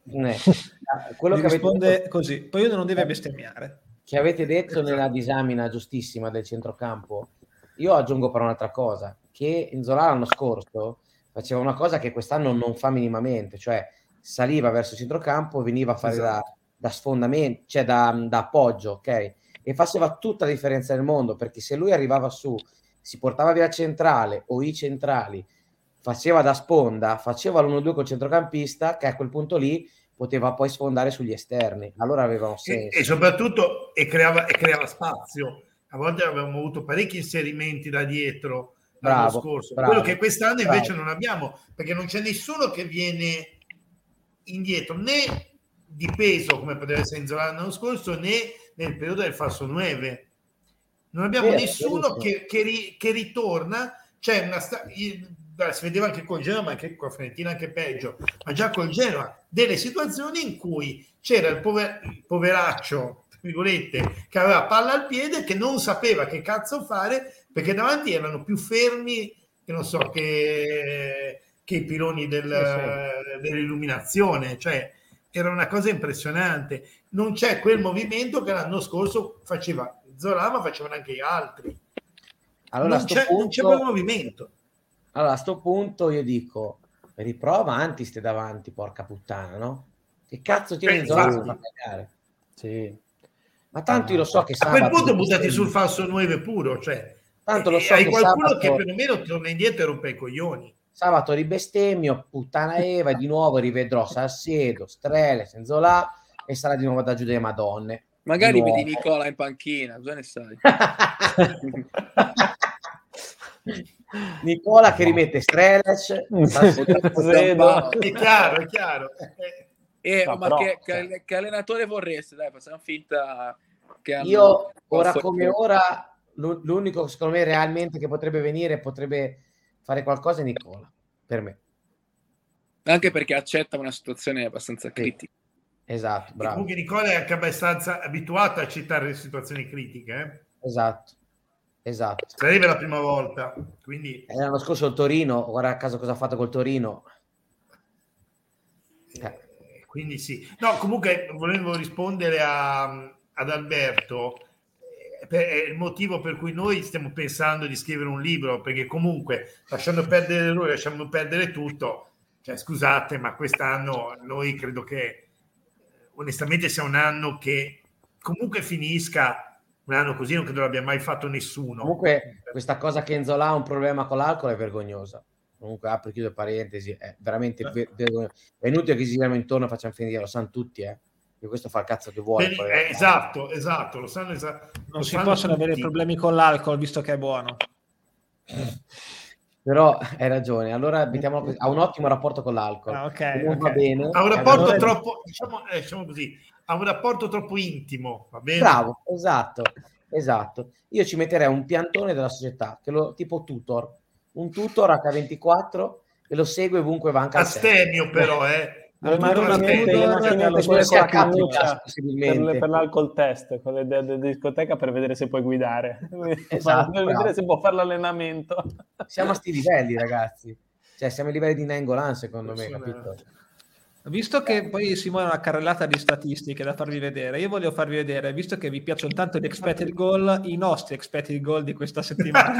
quello che risponde detto, così, poi io non deve bestemmiare. Che avete detto nella disamina giustissima del centrocampo. Io aggiungo però un'altra cosa, che Nzola l'anno scorso faceva una cosa che quest'anno non fa minimamente, cioè saliva verso il centrocampo, veniva a fare da sfondamento, cioè da appoggio, ok? E faceva tutta la differenza del mondo, perché se lui arrivava su, si portava via centrale o i centrali, faceva da sponda, faceva l'1-2 col centrocampista, che a quel punto lì poteva poi sfondare sugli esterni, allora aveva un senso. E soprattutto creava spazio. A volte avevamo avuto parecchi inserimenti da dietro l'anno scorso, quello che quest'anno invece non abbiamo, perché non c'è nessuno che viene indietro, né di peso come poteva essere Nzola l'anno scorso, né nel periodo del falso 9. Non abbiamo nessuno che ritorna. C'è si vedeva anche col Genoa, ma anche con Fiorentina anche peggio, ma già col Genoa delle situazioni in cui c'era il poveraccio, tra virgolette, che aveva palla al piede, che non sapeva che cazzo fare, perché davanti erano più fermi che non so che i piloni dell'illuminazione, cioè era una cosa impressionante. Non c'è quel movimento che l'anno scorso faceva Nzola, ma facevano anche gli altri. Allora, non c'è quel movimento. Allora, a sto punto io dico, riprova avanti ste davanti, porca puttana, no? Che cazzo tieni Nzola a pagare? Sì. Ma tanto io lo so che a quel punto buttati sul falso 9 puro, cioè tanto lo so hai che qualcuno che perlomeno torna indietro e rompe i coglioni. Sabato ribestemmio, puttana Eva, e di nuovo rivedrò Salcedo, Strele, Nzola e sarà di nuovo da giù delle Madonne. Magari vedi Nicola in panchina, cosa ne sai? Nicola che rimette Strelec, è chiaro. Ma che allenatore vorreste? Dai, facciamo finta che io ora come ora l'unico secondo me realmente che potrebbe venire, potrebbe fare qualcosa è Nicola, per me. Anche perché accetta una situazione abbastanza critica. Esatto, bravo. Comunque Nicola è anche abbastanza abituato a accettare le situazioni critiche. Esatto. Sarebbe la prima volta, quindi l'anno scorso il Torino, guarda a caso cosa ha fatto col Torino. Quindi sì. No, comunque volevo rispondere ad Alberto. È il motivo per cui noi stiamo pensando di scrivere un libro, perché comunque lasciando perdere l'errore, lasciamo perdere tutto. Cioè, scusate, ma quest'anno noi credo che onestamente sia un anno che comunque finisca. Un anno così non credo l'abbia mai fatto nessuno. Comunque questa cosa che Nzola ha un problema con l'alcol è vergognosa. Comunque apro e chiudo parentesi, è veramente vergognoso. È inutile che si giriamo intorno e facciamo finire, lo sanno tutti, che questo fa il cazzo che vuole. Esatto, lo sanno. Non si possono avere problemi con l'alcol visto che è buono. Però hai ragione, allora ha un ottimo rapporto con l'alcol. Va bene. Ha un rapporto troppo, diciamo così, ha un rapporto troppo intimo, va bene? Bravo, esatto. Io ci metterei un piantone della società, tipo tutor, un tutor H24 e lo segue ovunque va, anche Astemio però, le macchinette con la cannuccia per l'alcol test, quelle della discoteca, per vedere se puoi guidare, esatto, per vedere se può fare l'allenamento. Siamo a sti livelli, ragazzi, cioè siamo ai livelli di Nainggolan, secondo me, capito? Visto che poi Simone ha una carrellata di statistiche da farvi vedere, io voglio farvi vedere, visto che vi piacciono tanto gli expected goal, i nostri expected goal di questa settimana.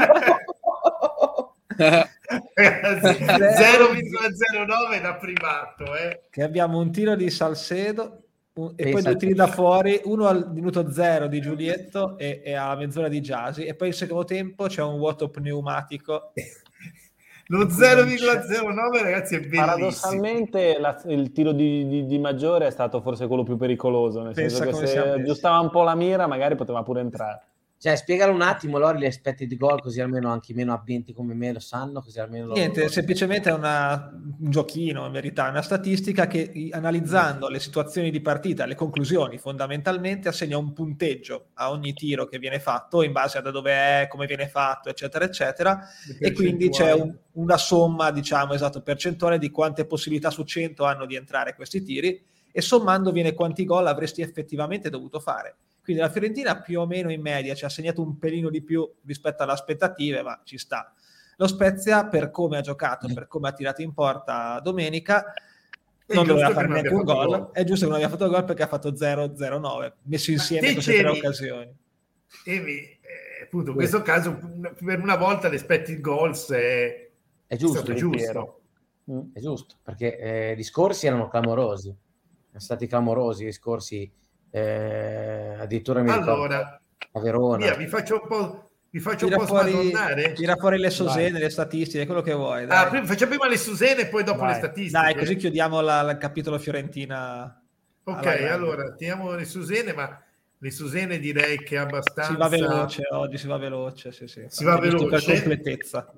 0,09 da privato, che abbiamo un tiro di Salcedo e poi 2 tiri da fuori, uno al minuto 0 di Giulietto e a mezz'ora di Gyasi, e poi il secondo tempo c'è un vuoto pneumatico. Lo 0,09 ragazzi è bellissimo. Paradossalmente il tiro di Maggiore è stato forse quello più pericoloso, nel senso che se aggiustava un po' la mira magari poteva pure entrare. Cioè, spiegalo un attimo, Lori, gli expected goal, così almeno anche i meno abbienti come me lo sanno, così almeno niente, semplicemente è un giochino, in verità, una statistica che, analizzando le situazioni di partita, le conclusioni fondamentalmente, assegna un punteggio a ogni tiro che viene fatto in base a da dove è, come viene fatto, eccetera eccetera, e quindi c'è una somma, diciamo, esatto, percentuale di quante possibilità su 100 hanno di entrare questi tiri, e sommando viene quanti gol avresti effettivamente dovuto fare. Quindi la Fiorentina più o meno in media ci ha segnato un pelino di più rispetto alle aspettative, ma ci sta. Lo Spezia, per come ha giocato, per come ha tirato in porta domenica, non doveva fare neanche un gol. È giusto che non abbia fatto gol perché ha fatto 0-0-9, messo insieme queste 3 occasioni. Appunto, in questo caso, per una volta l'expected goals è giusto. È giusto, perché i discorsi erano clamorosi. Sono stati clamorosi i discorsi. Addirittura mi ricordo a Verona. Via, vi faccio un po' smadonnare. Tira fuori le sosene, le statistiche, quello che vuoi. Dai. Facciamo prima le sosene e poi dopo le statistiche. Dai, così chiudiamo il capitolo Fiorentina. Ok, allora tiriamo le sosene, ma le sosene direi che abbastanza. Si va veloce oggi, si va veloce. Sì. Si va veloce per completezza.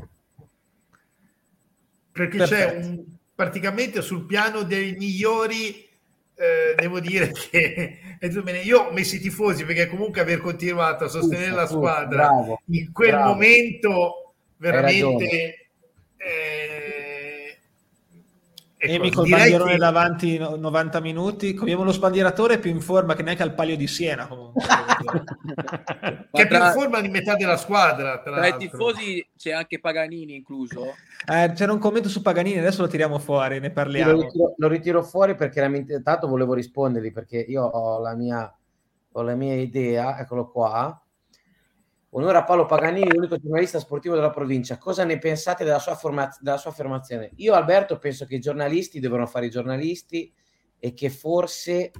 Perché c'è praticamente sul piano dei migliori. Devo dire che io ho messo i tifosi, perché comunque aver continuato a sostenere la squadra in quel momento veramente Emi col bandierone davanti 90 minuti, come lo sbandieratore più in forma che neanche al Palio di Siena comunque. Che è più in forma di metà della squadra. Tra i tifosi c'è anche Paganini incluso? C'era un commento su Paganini, adesso lo tiriamo fuori, ne parliamo. Lo ritiro fuori perché tanto volevo rispondergli, perché io ho la mia idea, eccolo qua. Onore a Paolo Paganini, l'unico giornalista sportivo della provincia. Cosa ne pensate della sua affermazione? Io, Alberto, penso che i giornalisti devono fare i giornalisti e che forse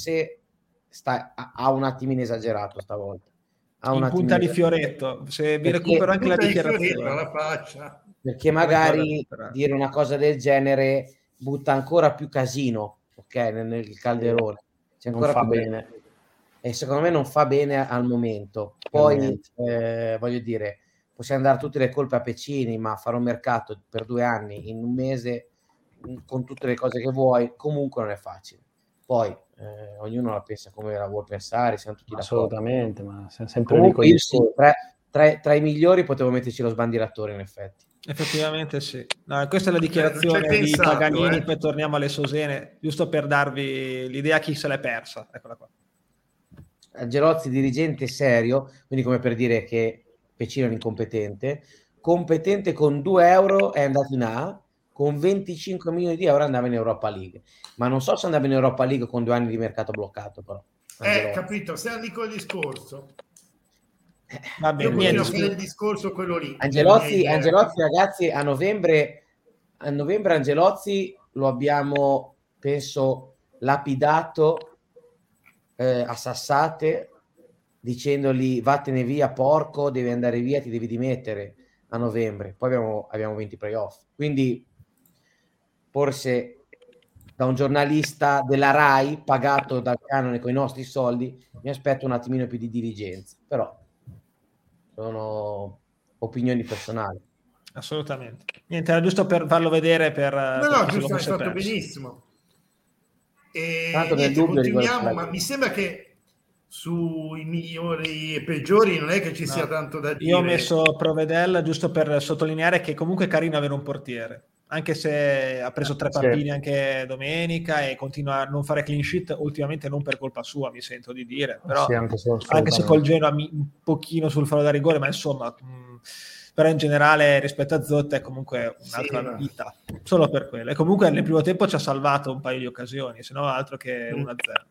ha un attimino esagerato stavolta. In punta di fioretto, se vi recupero anche la dichiarazione. La faccia. Perché magari dire una cosa del genere butta ancora più casino, ok, nel calderone. C'è ancora non fa più bene. E secondo me non fa bene al momento. Poi voglio dire, possiamo dare tutte le colpe a Pecini, ma fare un mercato per 2 anni in un mese con tutte le cose che vuoi comunque non è facile. Poi ognuno la pensa come la vuol pensare, siamo tutti assolutamente, ma sempre comunque io sì, tra i migliori potevo metterci lo sbandieratore, in effetti. Effettivamente sì. No, questa è la dichiarazione di Paganini, poi torniamo alle sosene, giusto per darvi l'idea chi se l'è persa. Eccola qua. Angelozzi dirigente serio, quindi come per dire che Pecino è un incompetente, competente con 2 euro è andato in A, con 25 milioni di euro andava in Europa League, ma non so se andava in Europa League con 2 anni di mercato bloccato, però capito, stiamo lì col discorso. Va bene, il discorso quello lì. Angelozzi ragazzi, a novembre Angelozzi lo abbiamo, penso, lapidato a sassate, dicendogli vattene via porco, devi andare via, ti devi dimettere a novembre. Poi abbiamo vinto i playoff, quindi forse da un giornalista della Rai pagato dal canone con i nostri soldi mi aspetto un attimino più di diligenza, però sono opinioni personali. Assolutamente, niente, era giusto per farlo vedere giusto, hai fatto benissimo. Tanto nel dubbio continuiamo, ma mi sembra che sui migliori e peggiori non è che ci sia tanto da dire. Io ho messo Provedel giusto per sottolineare che comunque è carino avere un portiere, anche se ha preso 3 pappini anche domenica e continua a non fare clean sheet, ultimamente non per colpa sua, mi sento di dire, però anche se col Genoa un pochino sul fallo da rigore, ma insomma, però in generale rispetto a Zotta è comunque un'altra vita, solo per quello. E comunque nel primo tempo ci ha salvato un paio di occasioni, se no altro che 1-0.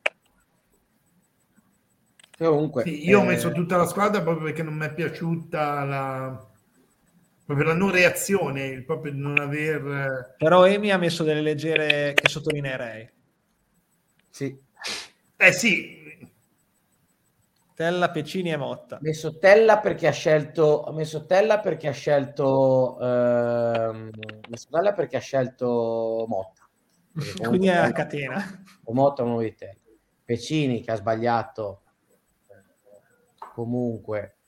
Comunque, io ho messo tutta la squadra proprio perché non mi è piaciuta proprio la non reazione, il proprio non aver... Però Emi ha messo delle leggere che sottolineerei. Sì. Sì. Tella, Pecini e Motta. Ho messo Tella perché ha scelto Motta. Quindi è a catena. Motta uno di te. Pecini che ha sbagliato comunque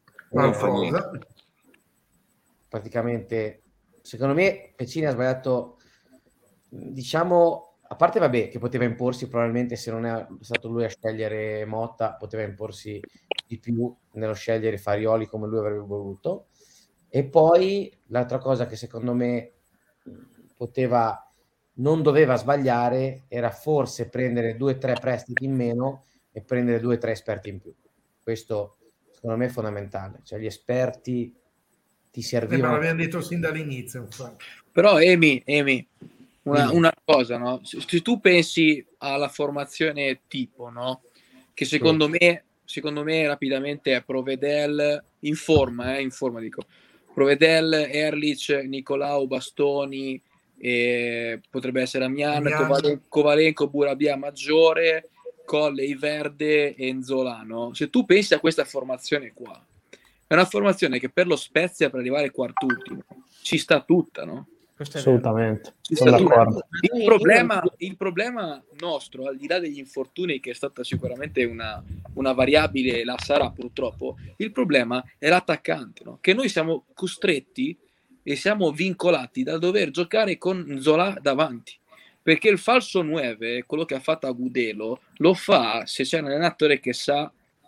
praticamente, secondo me Pecini ha sbagliato, diciamo, a parte vabbè che poteva imporsi, probabilmente se non è stato lui a scegliere Motta poteva imporsi di più nello scegliere Farioli come lui avrebbe voluto. E poi l'altra cosa che secondo me non doveva sbagliare era forse prendere 2 o 3 prestiti in meno e prendere 2 o 3 esperti in più. Questo secondo me è fondamentale, cioè gli esperti ti servivano. Ma l'abbiamo detto sin dall'inizio, infatti. Però Emi, una cosa, no? Se tu pensi alla formazione tipo, no? Che secondo me rapidamente è Provedel in forma dico. Provedel, Erlich, Nicolau, Bastoni, potrebbe essere Amian, Kovalenko, Burabia Maggiore, Colle, Iverde e Nzolano. Se tu pensi a questa formazione qua, è una formazione che per lo Spezia, per arrivare quart'ultimo, ci sta tutta, no? Assolutamente. Sono d'accordo. Il problema nostro, al di là degli infortuni, che è stata sicuramente una variabile, la sarà purtroppo, il problema è l'attaccante, no? Che noi siamo costretti e siamo vincolati da dover giocare con Zola davanti, perché il falso 9, quello che ha fatto Agudelo, lo fa se c'è un allenatore che sa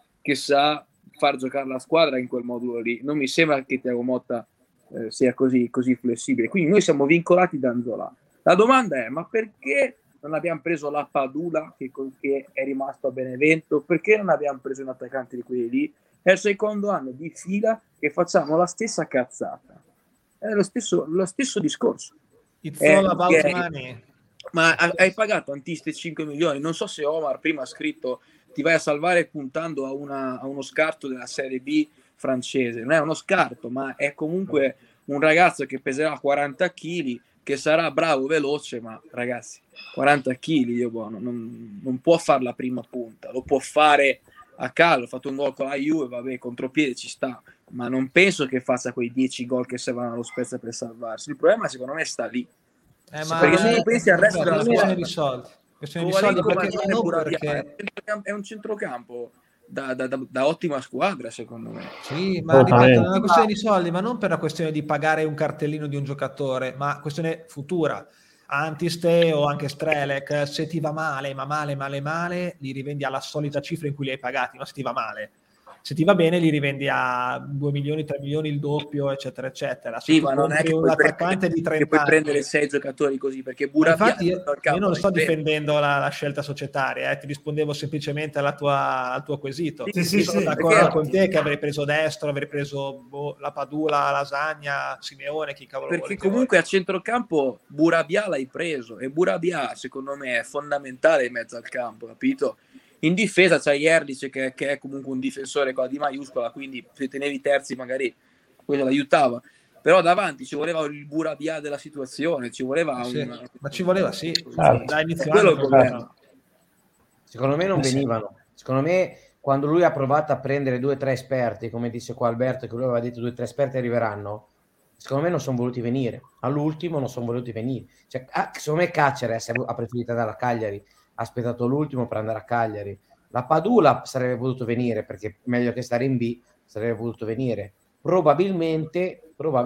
far giocare la squadra in quel modulo lì. Non mi sembra che Thiago Motta sia così flessibile, quindi noi siamo vincolati da Nzola. La domanda è: ma perché non abbiamo preso la Padula che è rimasto a Benevento? Perché non abbiamo preso un attaccante di quelli lì? È il secondo anno di fila che facciamo la stessa cazzata, è lo stesso discorso. It's all about money. Ma hai pagato Antiste 5 milioni, non so se Omar prima ha scritto ti vai a salvare puntando a uno scarto della Serie B francese. Non è uno scarto, ma è comunque un ragazzo che peserà 40 kg, che sarà bravo, veloce, ma ragazzi, 40 kg non può fare la prima punta, lo può fare a caso. Ha fatto un gol con la Juve, vabbè, contropiede ci sta, ma non penso che faccia quei 10 gol che servono allo Spezia per salvarsi. Il problema secondo me sta lì, perché se tu pensi al resto della squadra, questione di soldi, perché è un centrocampo da ottima squadra, secondo me. Sì, ma ripeto, è una questione di soldi, ma non per la questione di pagare un cartellino di un giocatore, ma questione futura. Antiste o anche Strelec, se ti va male, ma male, li rivendi alla solita cifra in cui li hai pagati, ma se ti va male. Se ti va bene li rivendi a 2 milioni, 3 milioni, il doppio, eccetera, eccetera. Se sì, ma non è che un attaccante di 30 puoi prendere 6 giocatori così, perché Burabia... Infatti io non sto difendendo la scelta societaria, ti rispondevo semplicemente al tuo quesito. Sì, sono d'accordo con te che avrei preso Destro, avrei preso la Padula, Lasagna, Simeone, chi cavolo vuole. Perché comunque a centrocampo Burabia l'hai preso, e Burabia secondo me è fondamentale in mezzo al campo, capito? In difesa c'hai Erlich che è comunque un difensore con la D maiuscola, quindi se tenevi terzi magari quello l'aiutava, però davanti ci voleva il Burabia della situazione, ci voleva ma ci voleva da inizio anno. Secondo me non venivano, secondo me quando lui ha provato a prendere 2 o 3 esperti, come disse qua Alberto, che lui aveva detto 2 o 3 esperti arriveranno, secondo me non sono voluti venire, all'ultimo non sono voluti venire, cioè, secondo me Caceres ha preferito andare a Cagliari, ha aspettato l'ultimo per andare a Cagliari. La Padula sarebbe potuto venire, perché meglio che stare in B, sarebbe potuto venire. Probabilmente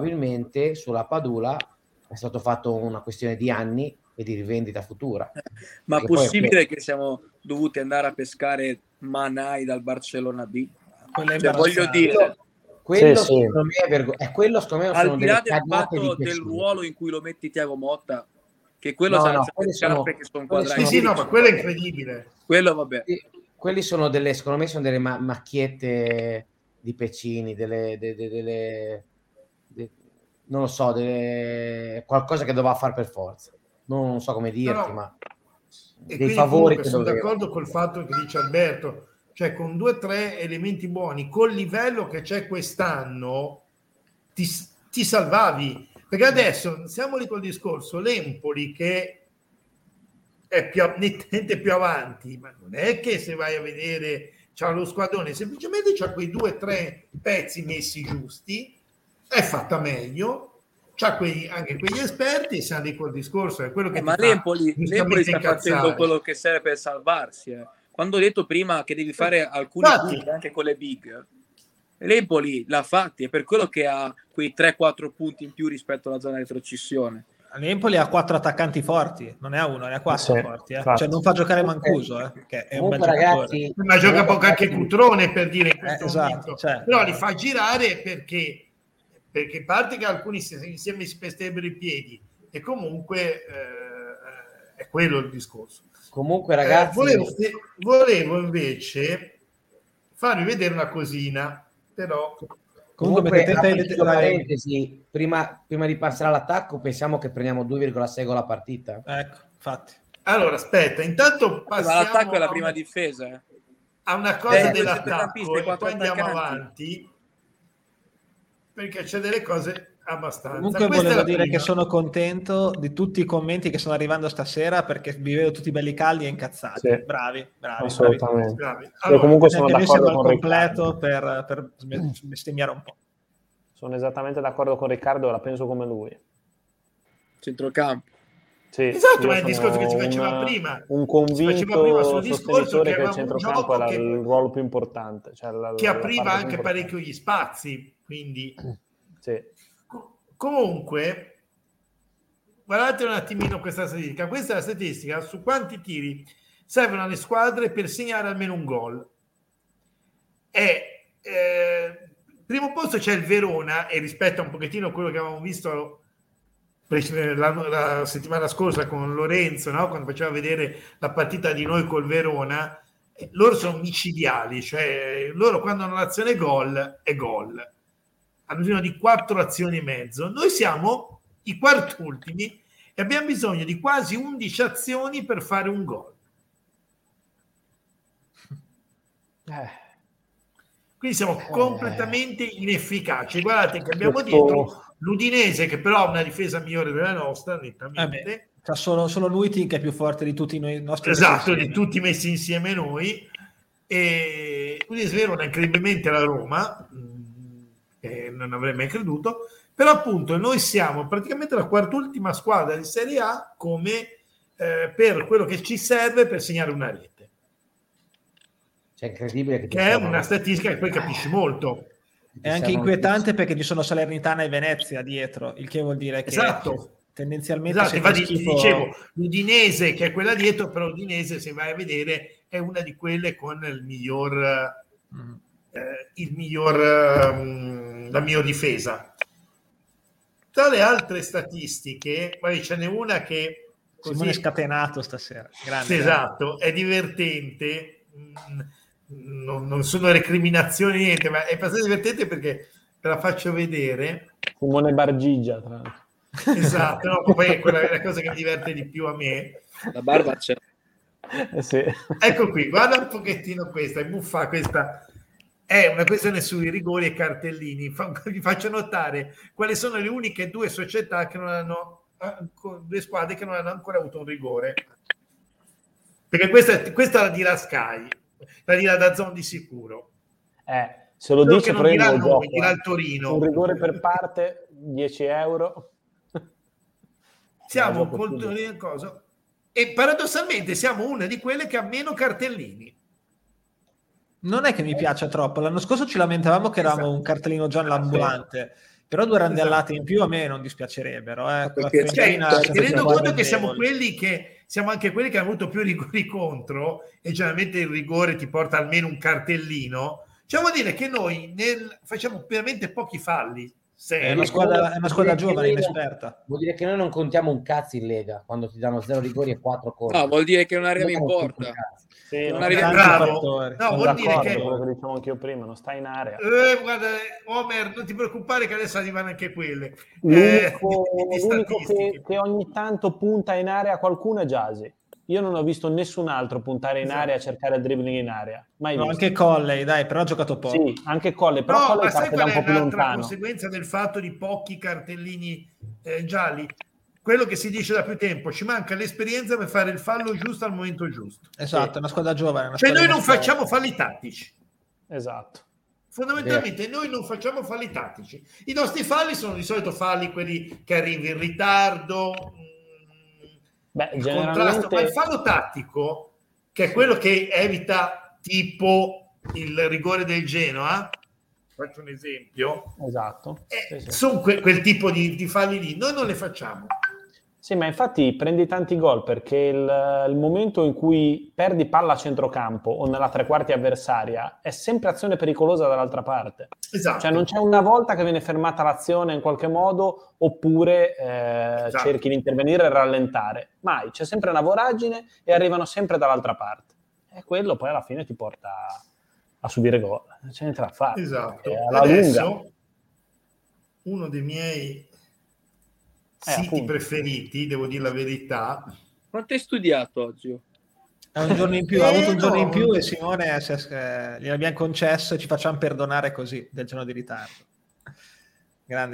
sulla Padula è stato fatto una questione di anni e di rivendita futura. Ma è possibile che siamo dovuti andare a pescare Manai dal Barcellona B? Voglio dire, Quello secondo me è quello, secondo me, al di là del fatto del ruolo in cui lo metti Thiago Motta, che quello no, le scarpe che sono quadrate. Sì, no, ma quello è incredibile. Quello vabbè. Quelli sono delle, secondo me, sono delle macchiette di Pecini, non lo so, qualcosa che doveva fare per forza. Non so come dirti, ma dei favori che sono d'accordo col fatto che dice Alberto, cioè con 2 o 3 elementi buoni, col livello che c'è quest'anno ti salvavi, perché adesso siamo lì col discorso l'Empoli che è nettamente più avanti, ma non è che se vai a vedere c'ha lo squadrone, semplicemente c'ha quei 2 o 3 pezzi messi giusti, è fatta meglio, c'ha anche quegli esperti, e siamo lì col discorso, è quello che ma l'Empoli sta facendo quello che serve per salvarsi. Quando ho detto prima che devi fare alcuni punti anche con le big, l'Empoli l'ha fatti, è per quello che ha quei 3-4 punti in più rispetto alla zona di retrocessione. L'Empoli ha 4 attaccanti forti, non ne ha uno, ne ha 4 forti. Cioè non fa giocare Mancuso, che è un bel giocatore. Ma gioca poco anche Cutrone, per dire, in questo momento. Però li fa girare perché parte che alcuni insieme si pesterebbero i piedi, e comunque è quello il discorso. Comunque, ragazzi, volevo invece farvi vedere una cosina, però comunque parentesi, prima di passare all'attacco, pensiamo che prendiamo 2,6 gol a partita. Ecco, infatti. Allora, aspetta, intanto passiamo. Ma l'attacco è la prima difesa. A una cosa dell'attacco, e poi andiamo avanti, perché c'è delle cose abbastanza. Comunque volevo dire che sono contento di tutti i commenti che stanno arrivando stasera, perché vi vedo tutti belli caldi e incazzati. Sì, bravi. Assolutamente. Allora, comunque sono d'accordo con completo per bestemmiare un po'. Sono esattamente d'accordo con Riccardo, la penso come lui. Centrocampo. Sì, esatto, ma è il discorso che si faceva prima. Un convinto sostenitore che il centrocampo era il ruolo più importante. Cioè che apriva anche parecchio gli spazi, quindi... Sì. Comunque, guardate un attimino questa statistica. Questa è la statistica su quanti tiri servono alle squadre per segnare almeno un gol. Primo posto c'è il Verona, e rispetto a un pochettino quello che avevamo visto la settimana scorsa con Lorenzo, no? Quando faceva vedere la partita di noi col Verona, loro sono micidiali, cioè loro quando hanno l'azione gol è gol. Hanno bisogno di 4 azioni e mezzo. Noi siamo i quartultimi e abbiamo bisogno di quasi 11 azioni per fare un gol. Quindi siamo completamente inefficaci. Guardate che abbiamo dietro l'Udinese, che però ha una difesa migliore della nostra, nettamente. C'ha solo Nuiti che è più forte di tutti noi nostri. Esatto, di tutti messi insieme noi. E l'Udinese Verona incredibilmente la Roma, non avrei mai creduto, però appunto noi siamo praticamente la quart'ultima squadra di Serie A come per quello che ci serve per segnare una rete. Cioè, incredibile che è una statistica che poi capisci molto. È anche inquietante perché ci sono Salernitana e Venezia dietro, il che vuol dire che tendenzialmente infatti ti dicevo l'Udinese che è quella dietro, però l'Udinese, se vai a vedere, è una di quelle con il miglior la miglior difesa. Tra le altre statistiche, ce n'è una che così, Simone è scatenato stasera. Grande, esatto, è divertente, non sono recriminazioni, niente, ma è abbastanza divertente perché te la faccio vedere. Simone Bargigia, tra l'altro. Esatto, no, poi è quella è la cosa che mi diverte di più a me. La barba c'è. Sì. Ecco qui, guarda un pochettino questa, è buffa, questa è una questione sui rigori e cartellini. Vi faccio notare quali sono le uniche 2 società che non hanno, 2 squadre che non hanno ancora avuto un rigore, perché questa la dirà Sky, la dirà DAZN di sicuro. Se lo dice non dirà noi, dirà il Torino. Un rigore per parte, 10 euro. Siamo col cosa, e paradossalmente siamo una di quelle che ha meno cartellini. Non è che mi piace troppo. L'anno scorso ci lamentavamo che eravamo un cartellino giallo ambulante, però 2 randellate in più a me non dispiacerebbero. Tenendo conto che siamo anche quelli che hanno avuto più rigori contro, e generalmente il rigore ti porta almeno un cartellino, Cioè vuol dire che noi facciamo veramente pochi falli. È una squadra giovane, inesperta. Vuol dire che noi non contiamo un cazzo in Lega quando ti danno 0 rigori e 4 corti. No, vuol dire che non arriva in porta. Sì, non arriva in bravo. No, vuol dire che quello che diciamo anch'io prima, non sta in area. Guarda, Omer, non ti preoccupare che adesso arrivano anche quelle. L'unico che ogni tanto punta in area qualcuno è Gyasi. Io non ho visto nessun altro puntare in area a cercare il dribbling in area. Mai visto. Anche Colley, dai, però ha giocato poco. Sì, anche Colley, però Colley parte da un po' più lontano. La conseguenza del fatto di pochi cartellini gialli, quello che si dice da più tempo, ci manca l'esperienza per fare il fallo giusto al momento giusto. Esatto, è una squadra giovane. Cioè noi non facciamo falli tattici. Esatto. Fondamentalmente noi non facciamo falli tattici. I nostri falli sono di solito falli quelli che arrivi in ritardo, contrasto, ma il fallo tattico, che è quello che evita tipo il rigore del Genoa, faccio un esempio, esatto, sono quel tipo di falli lì, noi non le facciamo. Sì, ma infatti prendi tanti gol perché il momento in cui perdi palla a centrocampo o nella tre quarti avversaria è sempre azione pericolosa dall'altra parte. Esatto. Cioè non c'è una volta che viene fermata l'azione in qualche modo oppure cerchi di intervenire e rallentare. Mai, c'è sempre una voragine e arrivano sempre dall'altra parte. E quello poi alla fine ti porta a subire gol. Non c'è niente da fare. Esatto. Alla adesso, lunga. Uno dei miei siti preferiti, devo dire la verità. Quanto hai studiato oggi? È un giorno in più, ha avuto un giorno in più e Simone gliel'abbiamo concesso e ci facciamo perdonare così del giorno di ritardo. Grande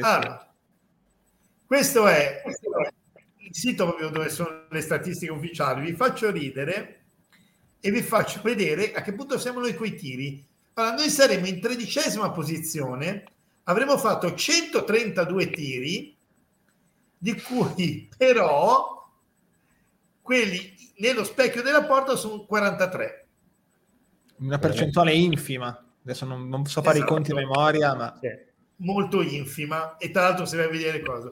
questo è il sito proprio dove sono le statistiche ufficiali. Vi faccio ridere e vi faccio vedere a che punto siamo noi coi tiri. Allora, noi saremo in 13ª posizione, avremo fatto 132 tiri, di cui però quelli nello specchio della porta sono 43. Una percentuale infima. Adesso non so fare i conti a memoria, ma molto infima. E tra l'altro se vai a vedere cosa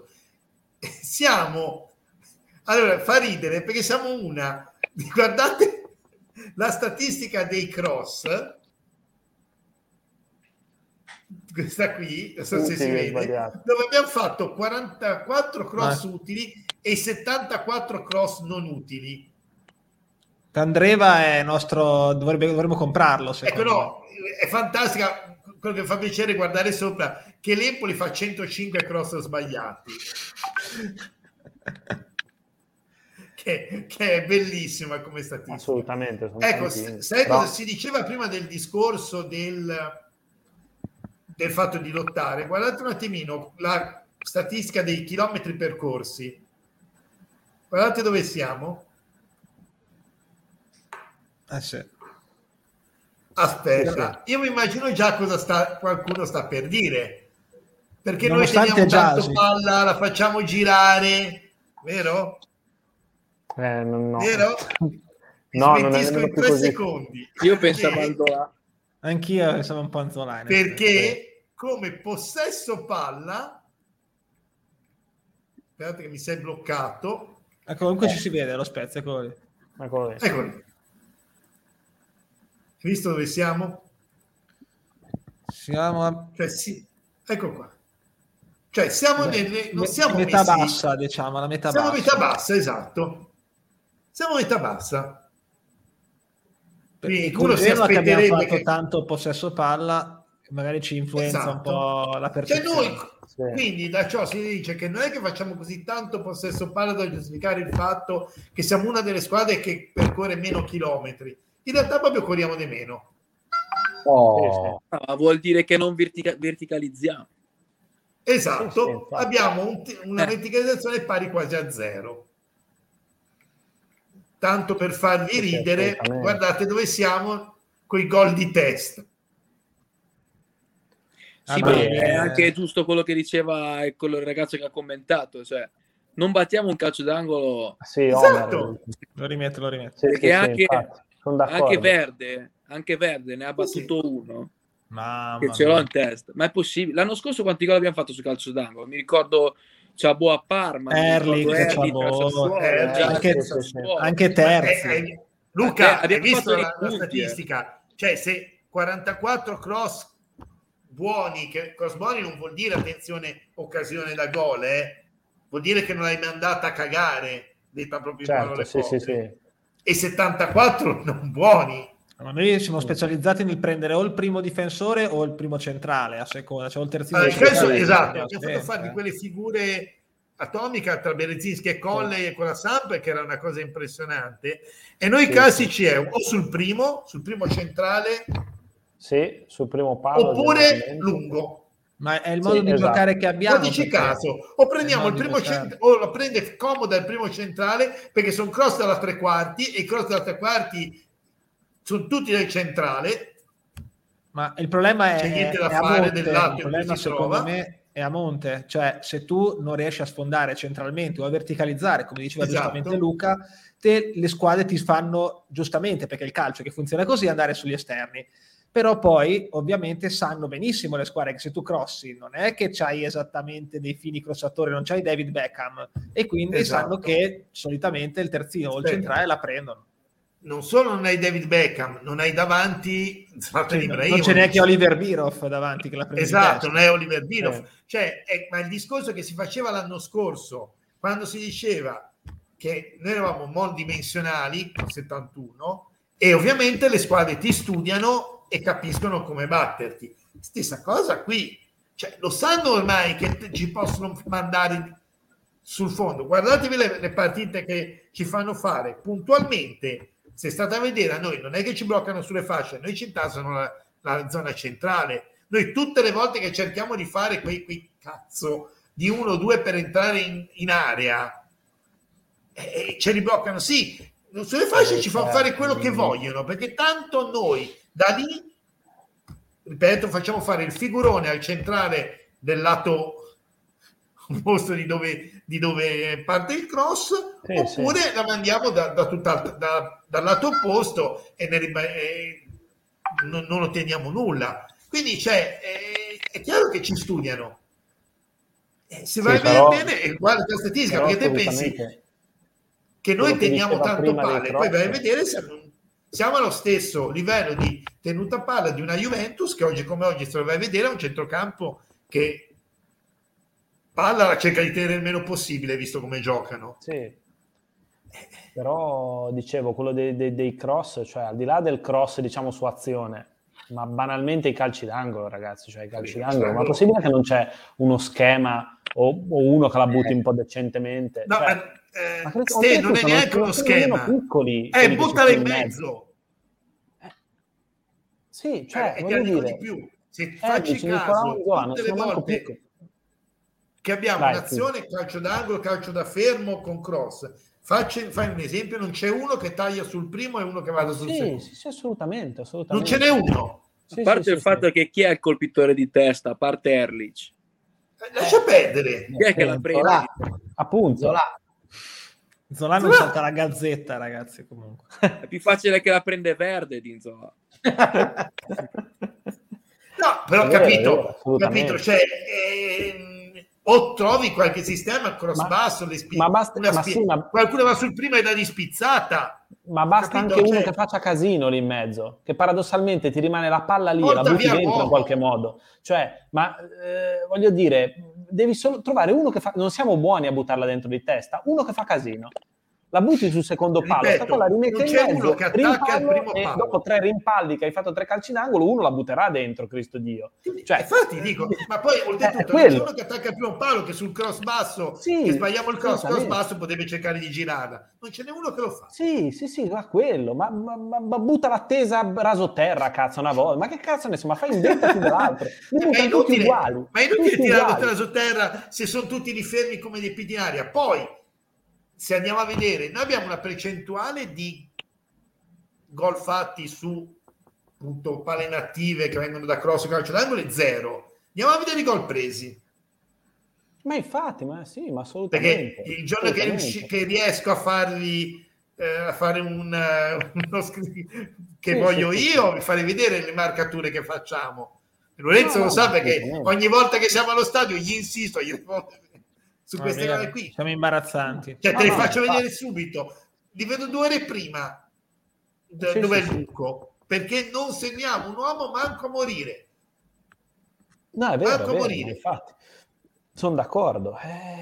siamo, allora fa ridere perché siamo guardate la statistica dei cross, questa qui, non so se si vede, dove abbiamo fatto 44 cross utili e 74 cross non utili. Candreva è nostro, dovremmo comprarlo. Ecco, no, è fantastica. Quello che fa piacere guardare sopra che l'Empoli fa 105 cross sbagliati. che è bellissima come statistica. Assolutamente. Ecco, sai cosa si diceva prima del discorso del fatto di lottare? Guardate un attimino la statistica dei chilometri percorsi. Guardate dove siamo. Sì. Aspetta, io mi immagino già cosa qualcuno sta per dire, perché noi teniamo tanto palla, la facciamo girare, vero? No. Vero? No, smentisco in 3 secondi. Io pensavo Anzola. Anch'io pensavo un po' Anzola. Perché come possesso palla, aspettate che mi sei bloccato. Comunque ci si vede lo Spezia, eccolo lì. Visto dove siamo? Ecco qua. Cioè siamo non siamo metà bassa, diciamo, la metà siamo bassa. Metà bassa, esatto. Siamo metà bassa. Quindi uno si aspetterebbe che abbiamo fatto tanto possesso palla, magari ci influenza un po' la percezione. Quindi da ciò si dice che non è che facciamo così tanto possesso palla da giustificare il fatto che siamo una delle squadre che percorre meno chilometri. In realtà proprio corriamo di meno. Vuol dire che non verticalizziamo. Esatto, abbiamo una verticalizzazione pari quasi a 0. Tanto per farvi ridere, guardate dove siamo coi gol di testa. Sì, è anche giusto quello che diceva quello il ragazzo che ha commentato, cioè non battiamo un calcio d'angolo. Sì, esatto. Lo rimetto. Perché anche Verde ne ha battuto uno. Che ce l'ho in testa, ma è possibile? L'anno scorso quanti gol abbiamo fatto su calcio d'angolo? Mi ricordo Ciabo a Parma, anche Terzi. Luca, hai visto la statistica? Cioè, se 44 cross buoni, che cross buoni non vuol dire, attenzione, occasione da gol, vuol dire che non l'hai mandata a cagare, detta proprio in parole povere. Sì. E 74 non buoni. Ma noi siamo specializzati nel prendere o il primo difensore o il primo centrale, a seconda, cioè il terzino. Esatto, abbiamo fatto fare di quelle figure atomica tra Berezinski e Colle e con la Samp, che era una cosa impressionante. E noi classici è o sul primo centrale, sul primo palo, oppure lungo. Ma è il modo di giocare che abbiamo. Dici caso, o prendiamo il primo centrale, o lo prende comoda il primo centrale, perché sono cross dalla tre quarti, e i cross dalla tre quarti sono tutti nel centrale. Ma il problema c'è niente da fare del lato. Il problema secondo me è a monte, cioè se tu non riesci a sfondare centralmente o a verticalizzare, come diceva giustamente Luca, le squadre ti fanno, giustamente, perché il calcio che funziona così, andare sugli esterni. Però poi ovviamente sanno benissimo le squadre che se tu crossi non è che c'hai esattamente dei fini crossatori, non c'hai David Beckham, e quindi sanno che solitamente il terzino o il centrale la prendono. Non solo non hai David Beckham, non hai davanti non c'è neanche Oliver Bierhoff davanti che la prende. Esatto, non è Oliver Bierhoff. Ma il discorso che si faceva l'anno scorso, quando si diceva che noi eravamo monodimensionali, 71, e ovviamente le squadre ti studiano e capiscono come batterti. Stessa cosa qui, cioè, lo sanno ormai che ci possono mandare sul fondo. Guardatevi le partite che ci fanno fare puntualmente. Se state a vedere, a noi non è che ci bloccano sulle fasce, noi ci intasano la zona centrale. Noi tutte le volte che cerchiamo di fare quei cazzo di 1 o 2 per entrare in area, ce li bloccano. Sì, sulle fasce ci fanno fare quello che vogliono, perché tanto noi da lì, ripeto, facciamo fare il figurone al centrale del lato opposto di dove parte il cross, oppure la mandiamo dal lato opposto e non otteniamo nulla. Quindi è chiaro che ci studiano. Se vai bene, e guarda la statistica, perché te pensi che noi teniamo tanto palle, poi vai a vedere siamo allo stesso livello di tenuta palla di una Juventus, che oggi come oggi, se lo vai a vedere, è un centrocampo che palla la cerca di tenere il meno possibile, visto come giocano. Sì. Però dicevo, quello dei cross, cioè al di là del cross, diciamo, su azione, ma banalmente i calci d'angolo, ragazzi, cioè i calci d'angolo, ma è possibile che non c'è uno schema o uno che la butti un po' decentemente? No, cioè, non è neanche uno schema, piccoli, buttala in mezzo. Sì, cioè, voglio dire, di più. Se facci caso, tutte le volte che abbiamo un'azione calcio d'angolo, calcio da fermo con cross, fai un esempio, non c'è uno che taglia sul primo e uno che vada sul secondo. Sì, assolutamente. Non ce n'è uno. A parte il fatto che chi è il colpitore di testa, a parte Erlich? Lascia perdere. Chi è che la prende? Appunto. Zola non salta la Gazzetta, ragazzi, comunque. È più facile che la prende Verde di Zola. No, però capito, cioè, o trovi qualche sistema cross basso, qualcuno va sul primo e dà di spizzata, ma basta, capito? Anche uno che faccia casino lì in mezzo, che paradossalmente ti rimane la palla lì e la butti dentro in qualche modo, cioè, voglio dire, devi solo trovare uno che fa, non siamo buoni a buttarla dentro di testa, uno che fa casino, la butti sul secondo palo, ripeto, la rimette in mezzo, uno che attacca il primo palo, e dopo 3 rimpalli che hai fatto 3 calci d'angolo, uno la butterà dentro, Cristo Dio. Cioè, infatti dico, ma poi oltretutto c'è uno che attacca il primo palo, che sul cross basso, che sbagliamo il cross basso, potrebbe cercare di girarla, non ce n'è uno che lo fa. Sì, ma quello, ma butta l'attesa raso terra, cazzo, una volta, ma che cazzo ne so, ma fai un dente più dell'altro, ma è inutile tirare raso terra se sono tutti lì fermi come dei piti in aria. Poi se andiamo a vedere, noi abbiamo una percentuale di gol fatti su appunto palle inattive che vengono da cross, calcio d'angolo, 0. Andiamo a vedere i gol presi. Ma infatti, ma assolutamente. Perché il giorno che riesco a farli a fare che voglio io, vi farei vedere le marcature che facciamo. Lorenzo lo sa, perché ogni volta che siamo allo stadio gli insisto, su queste cose qui. Siamo imbarazzanti. Cioè, te li faccio vedere subito. Li vedo 2 ore prima. Dov'è il buco? perché non segniamo un uomo manco a morire. No, è vero, infatti. Sono d'accordo,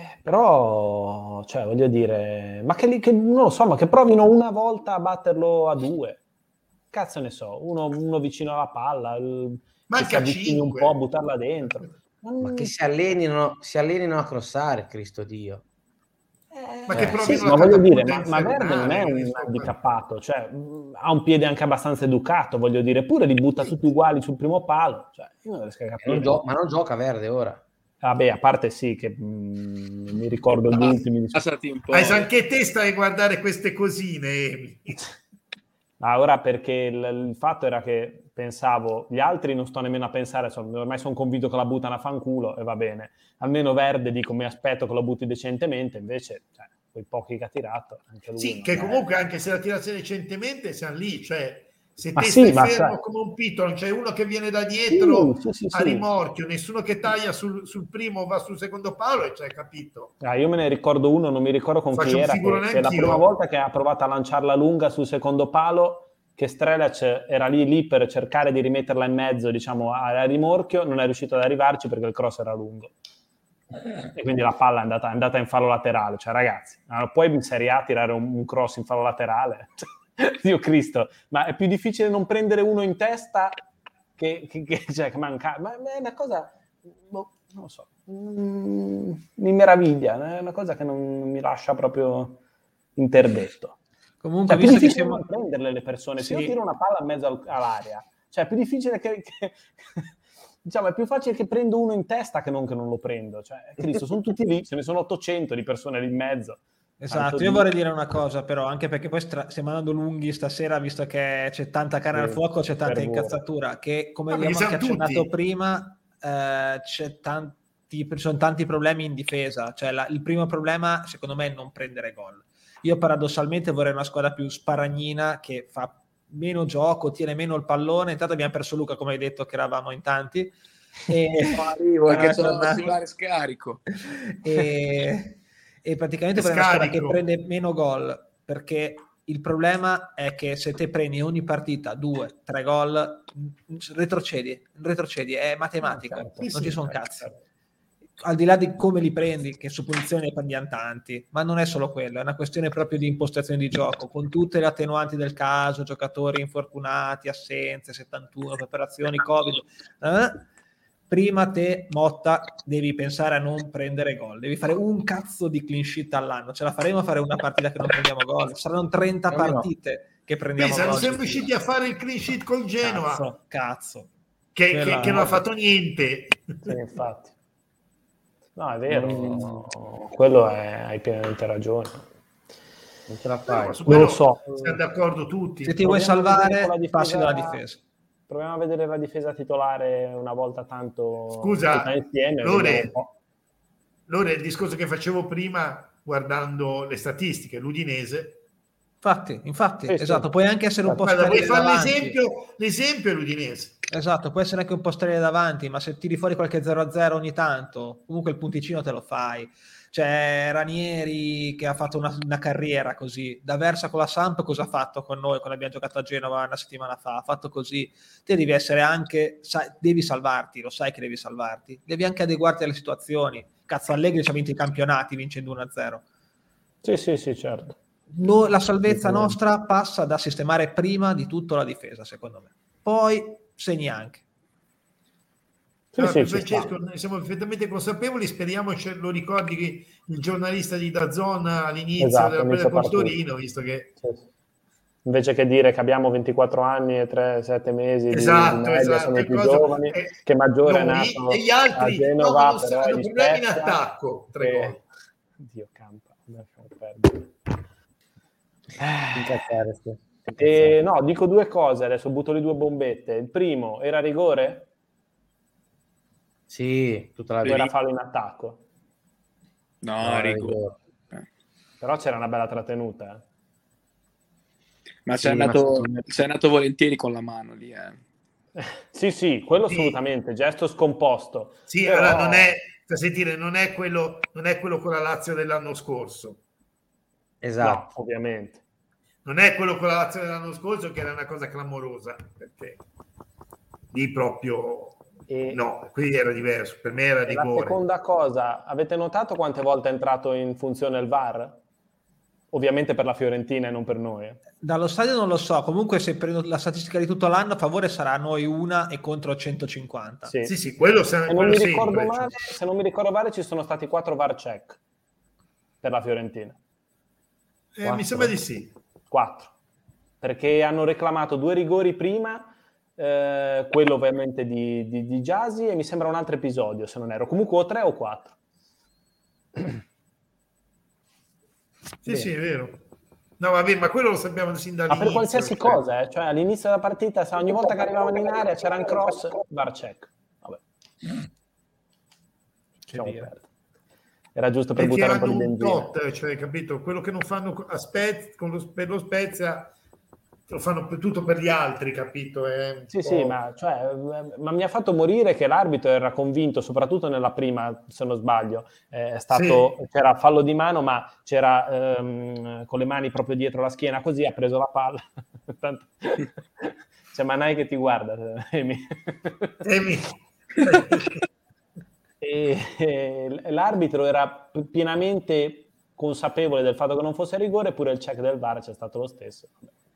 però, cioè, voglio dire, ma che non lo so, ma che provino una volta a batterlo a 2. Cazzo ne so, uno vicino alla palla, che si avvicini un po' a buttarla dentro. Ma che si allenino a crossare, Cristo Dio. Ma che provino sì, ma voglio dire, ma Verde non è un handicappato, cioè ha un piede anche abbastanza educato, voglio dire, eppure li butta tutti uguali sul primo palo, cioè io non riesco a capire. Ma non gioca Verde ora. Vabbè, a parte sì, che mi ricordo gli ultimi. Anche te stai a guardare queste cosine, Emi. Ma ora perché il fatto era che pensavo, gli altri non sto nemmeno a pensare, ormai sono convinto che la buttano a fanculo e va bene. Almeno Verde dico mi aspetto che lo butti decentemente, invece cioè, quei pochi che ha tirato. Anche lui sì, che comunque anche se la tirasse decentemente siamo lì, cioè se te stai fermo come un pitton, c'è uno che viene da dietro a rimorchio, nessuno che taglia sul primo va sul secondo palo e c'hai capito. Io me ne ricordo uno, non mi ricordo con chi era, che la prima volta che ha provato a lanciarla lunga sul secondo palo, che Strelec era lì per cercare di rimetterla in mezzo, diciamo, a rimorchio, non è riuscito ad arrivarci perché il cross era lungo. E quindi la palla è andata in fallo laterale. Cioè, ragazzi, puoi in Serie A tirare un cross in fallo laterale? Dio Cristo, ma è più difficile non prendere uno in testa che manca. Ma è una cosa, non lo so, mi meraviglia, è una cosa che non mi lascia proprio interdetto. Comunque, è più difficile non prenderle le persone. Se io tiro una palla in mezzo all'area, cioè è più difficile diciamo, è più facile che prendo uno in testa che non lo prendo. Cioè, Cristo, sono tutti lì, ce ne sono 800 di persone lì in mezzo. Esatto, io vorrei dire una cosa però, anche perché poi stiamo andando lunghi stasera, visto che c'è tanta carne al fuoco, c'è tanta incazzatura, che come abbiamo anche accennato prima, ci sono tanti problemi in difesa. Cioè il primo problema secondo me è non prendere gol. Io paradossalmente vorrei una squadra più sparagnina, che fa meno gioco, tiene meno il pallone. Intanto abbiamo perso Luca, come hai detto, che eravamo in tanti, e arrivo perché sono il cellulare scarico e praticamente per una squadra che prende meno gol, perché il problema è che se te prendi ogni partita 2-3 gol retrocedi, è matematica, non ci sono cazzi. Al di là di come li prendi, che su posizioni ne prendiamo tanti, ma non è solo quello, è una questione proprio di impostazione di gioco, con tutte le attenuanti del caso, giocatori infortunati, assenze, 71, preparazioni, Covid. Prima te, Motta, devi pensare a non prendere gol, devi fare un cazzo di clean sheet all'anno. Ce la faremo a fare una partita che non prendiamo gol? Saranno 30 partite che prendiamo gol. Siamo riusciti a fare il clean sheet col Genoa. Cazzo. Che non ha fatto niente. Sì, infatti. No, è vero, quello hai pienamente ragione. Non ce la fai. Non lo so. Siamo d'accordo tutti. Se ti vuoi salvare, passi dalla difesa. Proviamo a vedere la difesa titolare una volta tanto. Scusa, insieme. Lore, il discorso che facevo prima guardando le statistiche, l'Udinese. Infatti, sì, esatto, puoi anche essere un po' sterile vuoi fare davanti. L'esempio è l'Udinese. Esatto, può essere anche un po' sterile davanti, ma se tiri fuori qualche 0-0 ogni tanto, comunque il punticino te lo fai. C'è Ranieri che ha fatto una carriera così, da Versa con la Samp cosa ha fatto con noi quando abbiamo giocato a Genova una settimana fa? Ha fatto così. Te devi essere anche, devi salvarti, lo sai che devi salvarti, devi anche adeguarti alle situazioni. Cazzo, Allegri ci ha vinto i campionati vincendo 1-0. Sì, certo. La salvezza nostra passa da sistemare prima di tutto la difesa, secondo me. Poi segni anche. Francesco, ne siamo perfettamente consapevoli, speriamo lo ricordi il giornalista di DAZN all'inizio della presa col Torino, visto che invece che dire che abbiamo 24 anni e 7 mesi di media, sono i più giovani, che Maggiore è nato e gli altri a Genova, non hanno problemi in attacco. Dio campa, lasciamo perdere. No, dico due cose adesso, butto le due bombette. Il primo, era rigore? Sì, tutta la era fallo in attacco. No, rigore. Però c'era una bella trattenuta. Ma sei andato volentieri con la mano lì. Sì, quello assolutamente, gesto scomposto. Sì, però... allora non è quello con la Lazio dell'anno scorso. Esatto. No, ovviamente. Non è quello con la Lazio dell'anno scorso, che era una cosa clamorosa, perché lì proprio no, qui era diverso, per me era rigore. La seconda cosa, avete notato quante volte è entrato in funzione il VAR? Ovviamente per la Fiorentina e non per noi. Dallo stadio non lo so, comunque se prendo la statistica di tutto l'anno, a favore sarà a noi 1 e contro 150. Sì, quello se non mi ricordo male, se non mi ricordo male ci sono stati 4 VAR check per la Fiorentina. Mi sembra di sì. 4, perché hanno reclamato 2 rigori prima, quello ovviamente di Gyasi, e mi sembra un altro episodio, se non ero, comunque o 3 o 4. Sì, è vero. No, vabbè, ma quello lo sappiamo sin dall'inizio. Ma per qualsiasi cosa, cioè all'inizio della partita, ogni volta che arrivavano in area c'era un cross, VAR check. Vabbè. Era giusto per buttare un po' di benzina. Cioè, capito? Quello che non fanno per lo Spezia lo fanno tutto per gli altri, capito? Sì, ma mi ha fatto morire che l'arbitro era convinto, soprattutto nella prima, se non sbaglio, c'era fallo di mano, ma c'era con le mani proprio dietro la schiena, così ha preso la palla. C'è Manai che ti guarda, Emi. E l'arbitro era pienamente consapevole del fatto che non fosse rigore, eppure il check del VAR c'è stato lo stesso.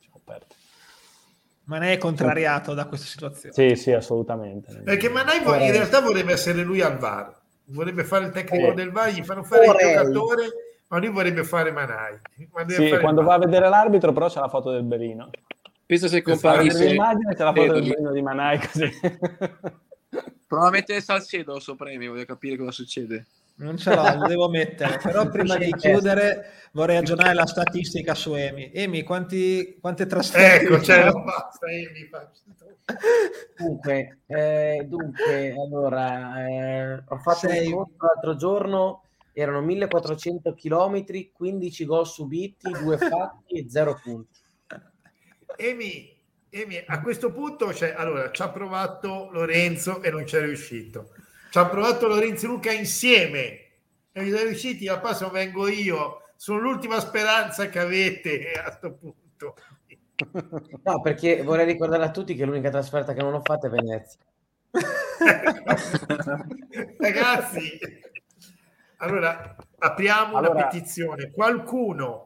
Manai è contrariato da questa situazione. Sì, assolutamente. Perché Manai in realtà vorrebbe essere lui al VAR, vorrebbe fare il tecnico del VAR, gli fanno fare il giocatore, ma lui vorrebbe fare Manai. Quando va a vedere l'arbitro però c'è la foto del Belino. Pensa se comparisse l'immagine, c'è la foto del Belino di Manai così. Prova a mettere Salcedo sopra Emi, voglio capire cosa succede. Non ce l'ho, lo devo mettere. Però prima di chiudere vorrei aggiornare la statistica su Emi. Emi, quante trasferte? Ecco, basta Emi. Dunque, allora, ho fatto un conto l'altro giorno, erano 1400 chilometri, 15 gol subiti, 2 fatti e 0 punti. Emi, a questo punto ci ha provato Lorenzo e non c'è riuscito. Ci ha provato Lorenzo e Luca insieme e non è riusciti. La prossima vengo io, sono l'ultima speranza che avete a questo punto. No, perché vorrei ricordare a tutti che l'unica trasferta che non ho fatta è Venezia. Ragazzi, allora apriamo una petizione. Qualcuno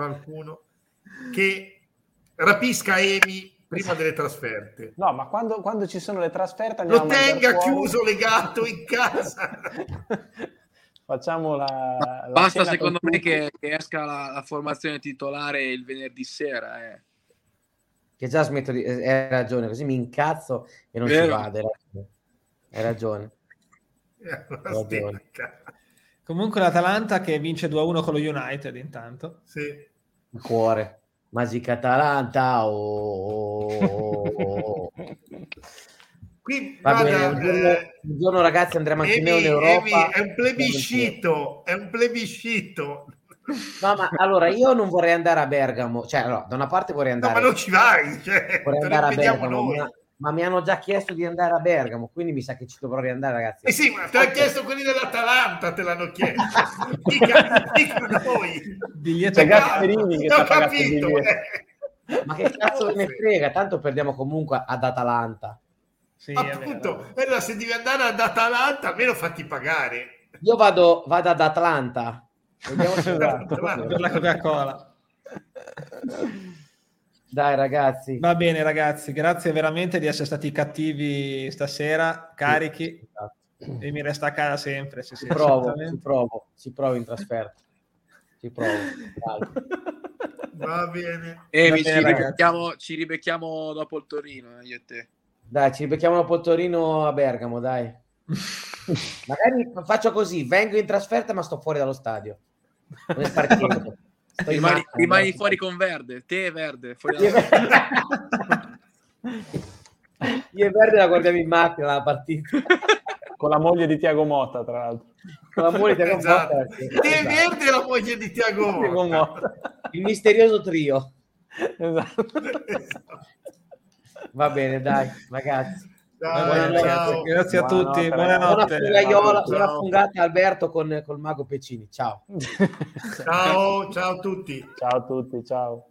che rapisca Emi prima delle trasferte. No, ma quando ci sono le trasferte lo tenga chiuso, legato in casa. Facciamo la basta secondo me che esca la formazione titolare il venerdì sera. Che già smetto di... Hai ragione, così mi incazzo e non ci vado. Hai ragione. Comunque l'Atalanta che vince 2-1 con lo United intanto. Sì. Il cuore. Magica Atalanta. Qui un giorno ragazzi andremo anche noi in Europa. È un plebiscito. No, ma allora io non vorrei andare a Bergamo, cioè allora, da una parte vorrei andare. No, ma non ci vai, vorrei andare a Bergamo, ma mi hanno già chiesto di andare a Bergamo, quindi mi sa che ci dovrò riandare, ragazzi. Sì, ma te l'hanno chiesto quelli dell'Atalanta, te l'hanno chiesto. Dica noi. C'è Gasperini che sta capito. Ma che cazzo ne frega, tanto perdiamo comunque ad Atalanta. Sì, appunto, allora se devi andare ad Atalanta almeno fatti pagare. Io vado ad Atlanta. Vediamo se per la Coca-Cola. Dai ragazzi. Va bene ragazzi, grazie veramente di essere stati cattivi stasera, carichi. E mi resta a casa sempre. Ci provo in trasferta. Ci provo. Va bene. Ci ribecchiamo dopo il Torino, io e te. Dai, ci ribecchiamo dopo il Torino a Bergamo, dai. Magari faccio così, vengo in trasferta ma sto fuori dallo stadio. Rimani fuori con Verde, te e Verde. Fuori io e Verde la guardiamo in macchina la partita. Con la moglie di Thiago Motta, tra l'altro. Con la moglie di Thiago Motta. Te e Verde e la moglie di Thiago Motta. Il misterioso trio. Esatto. Va bene, dai, ragazzi. Grazie a tutti. Buonanotte. Buona fungata Alberto col mago Pecini. Ciao. Ciao a tutti. Ciao a tutti, ciao.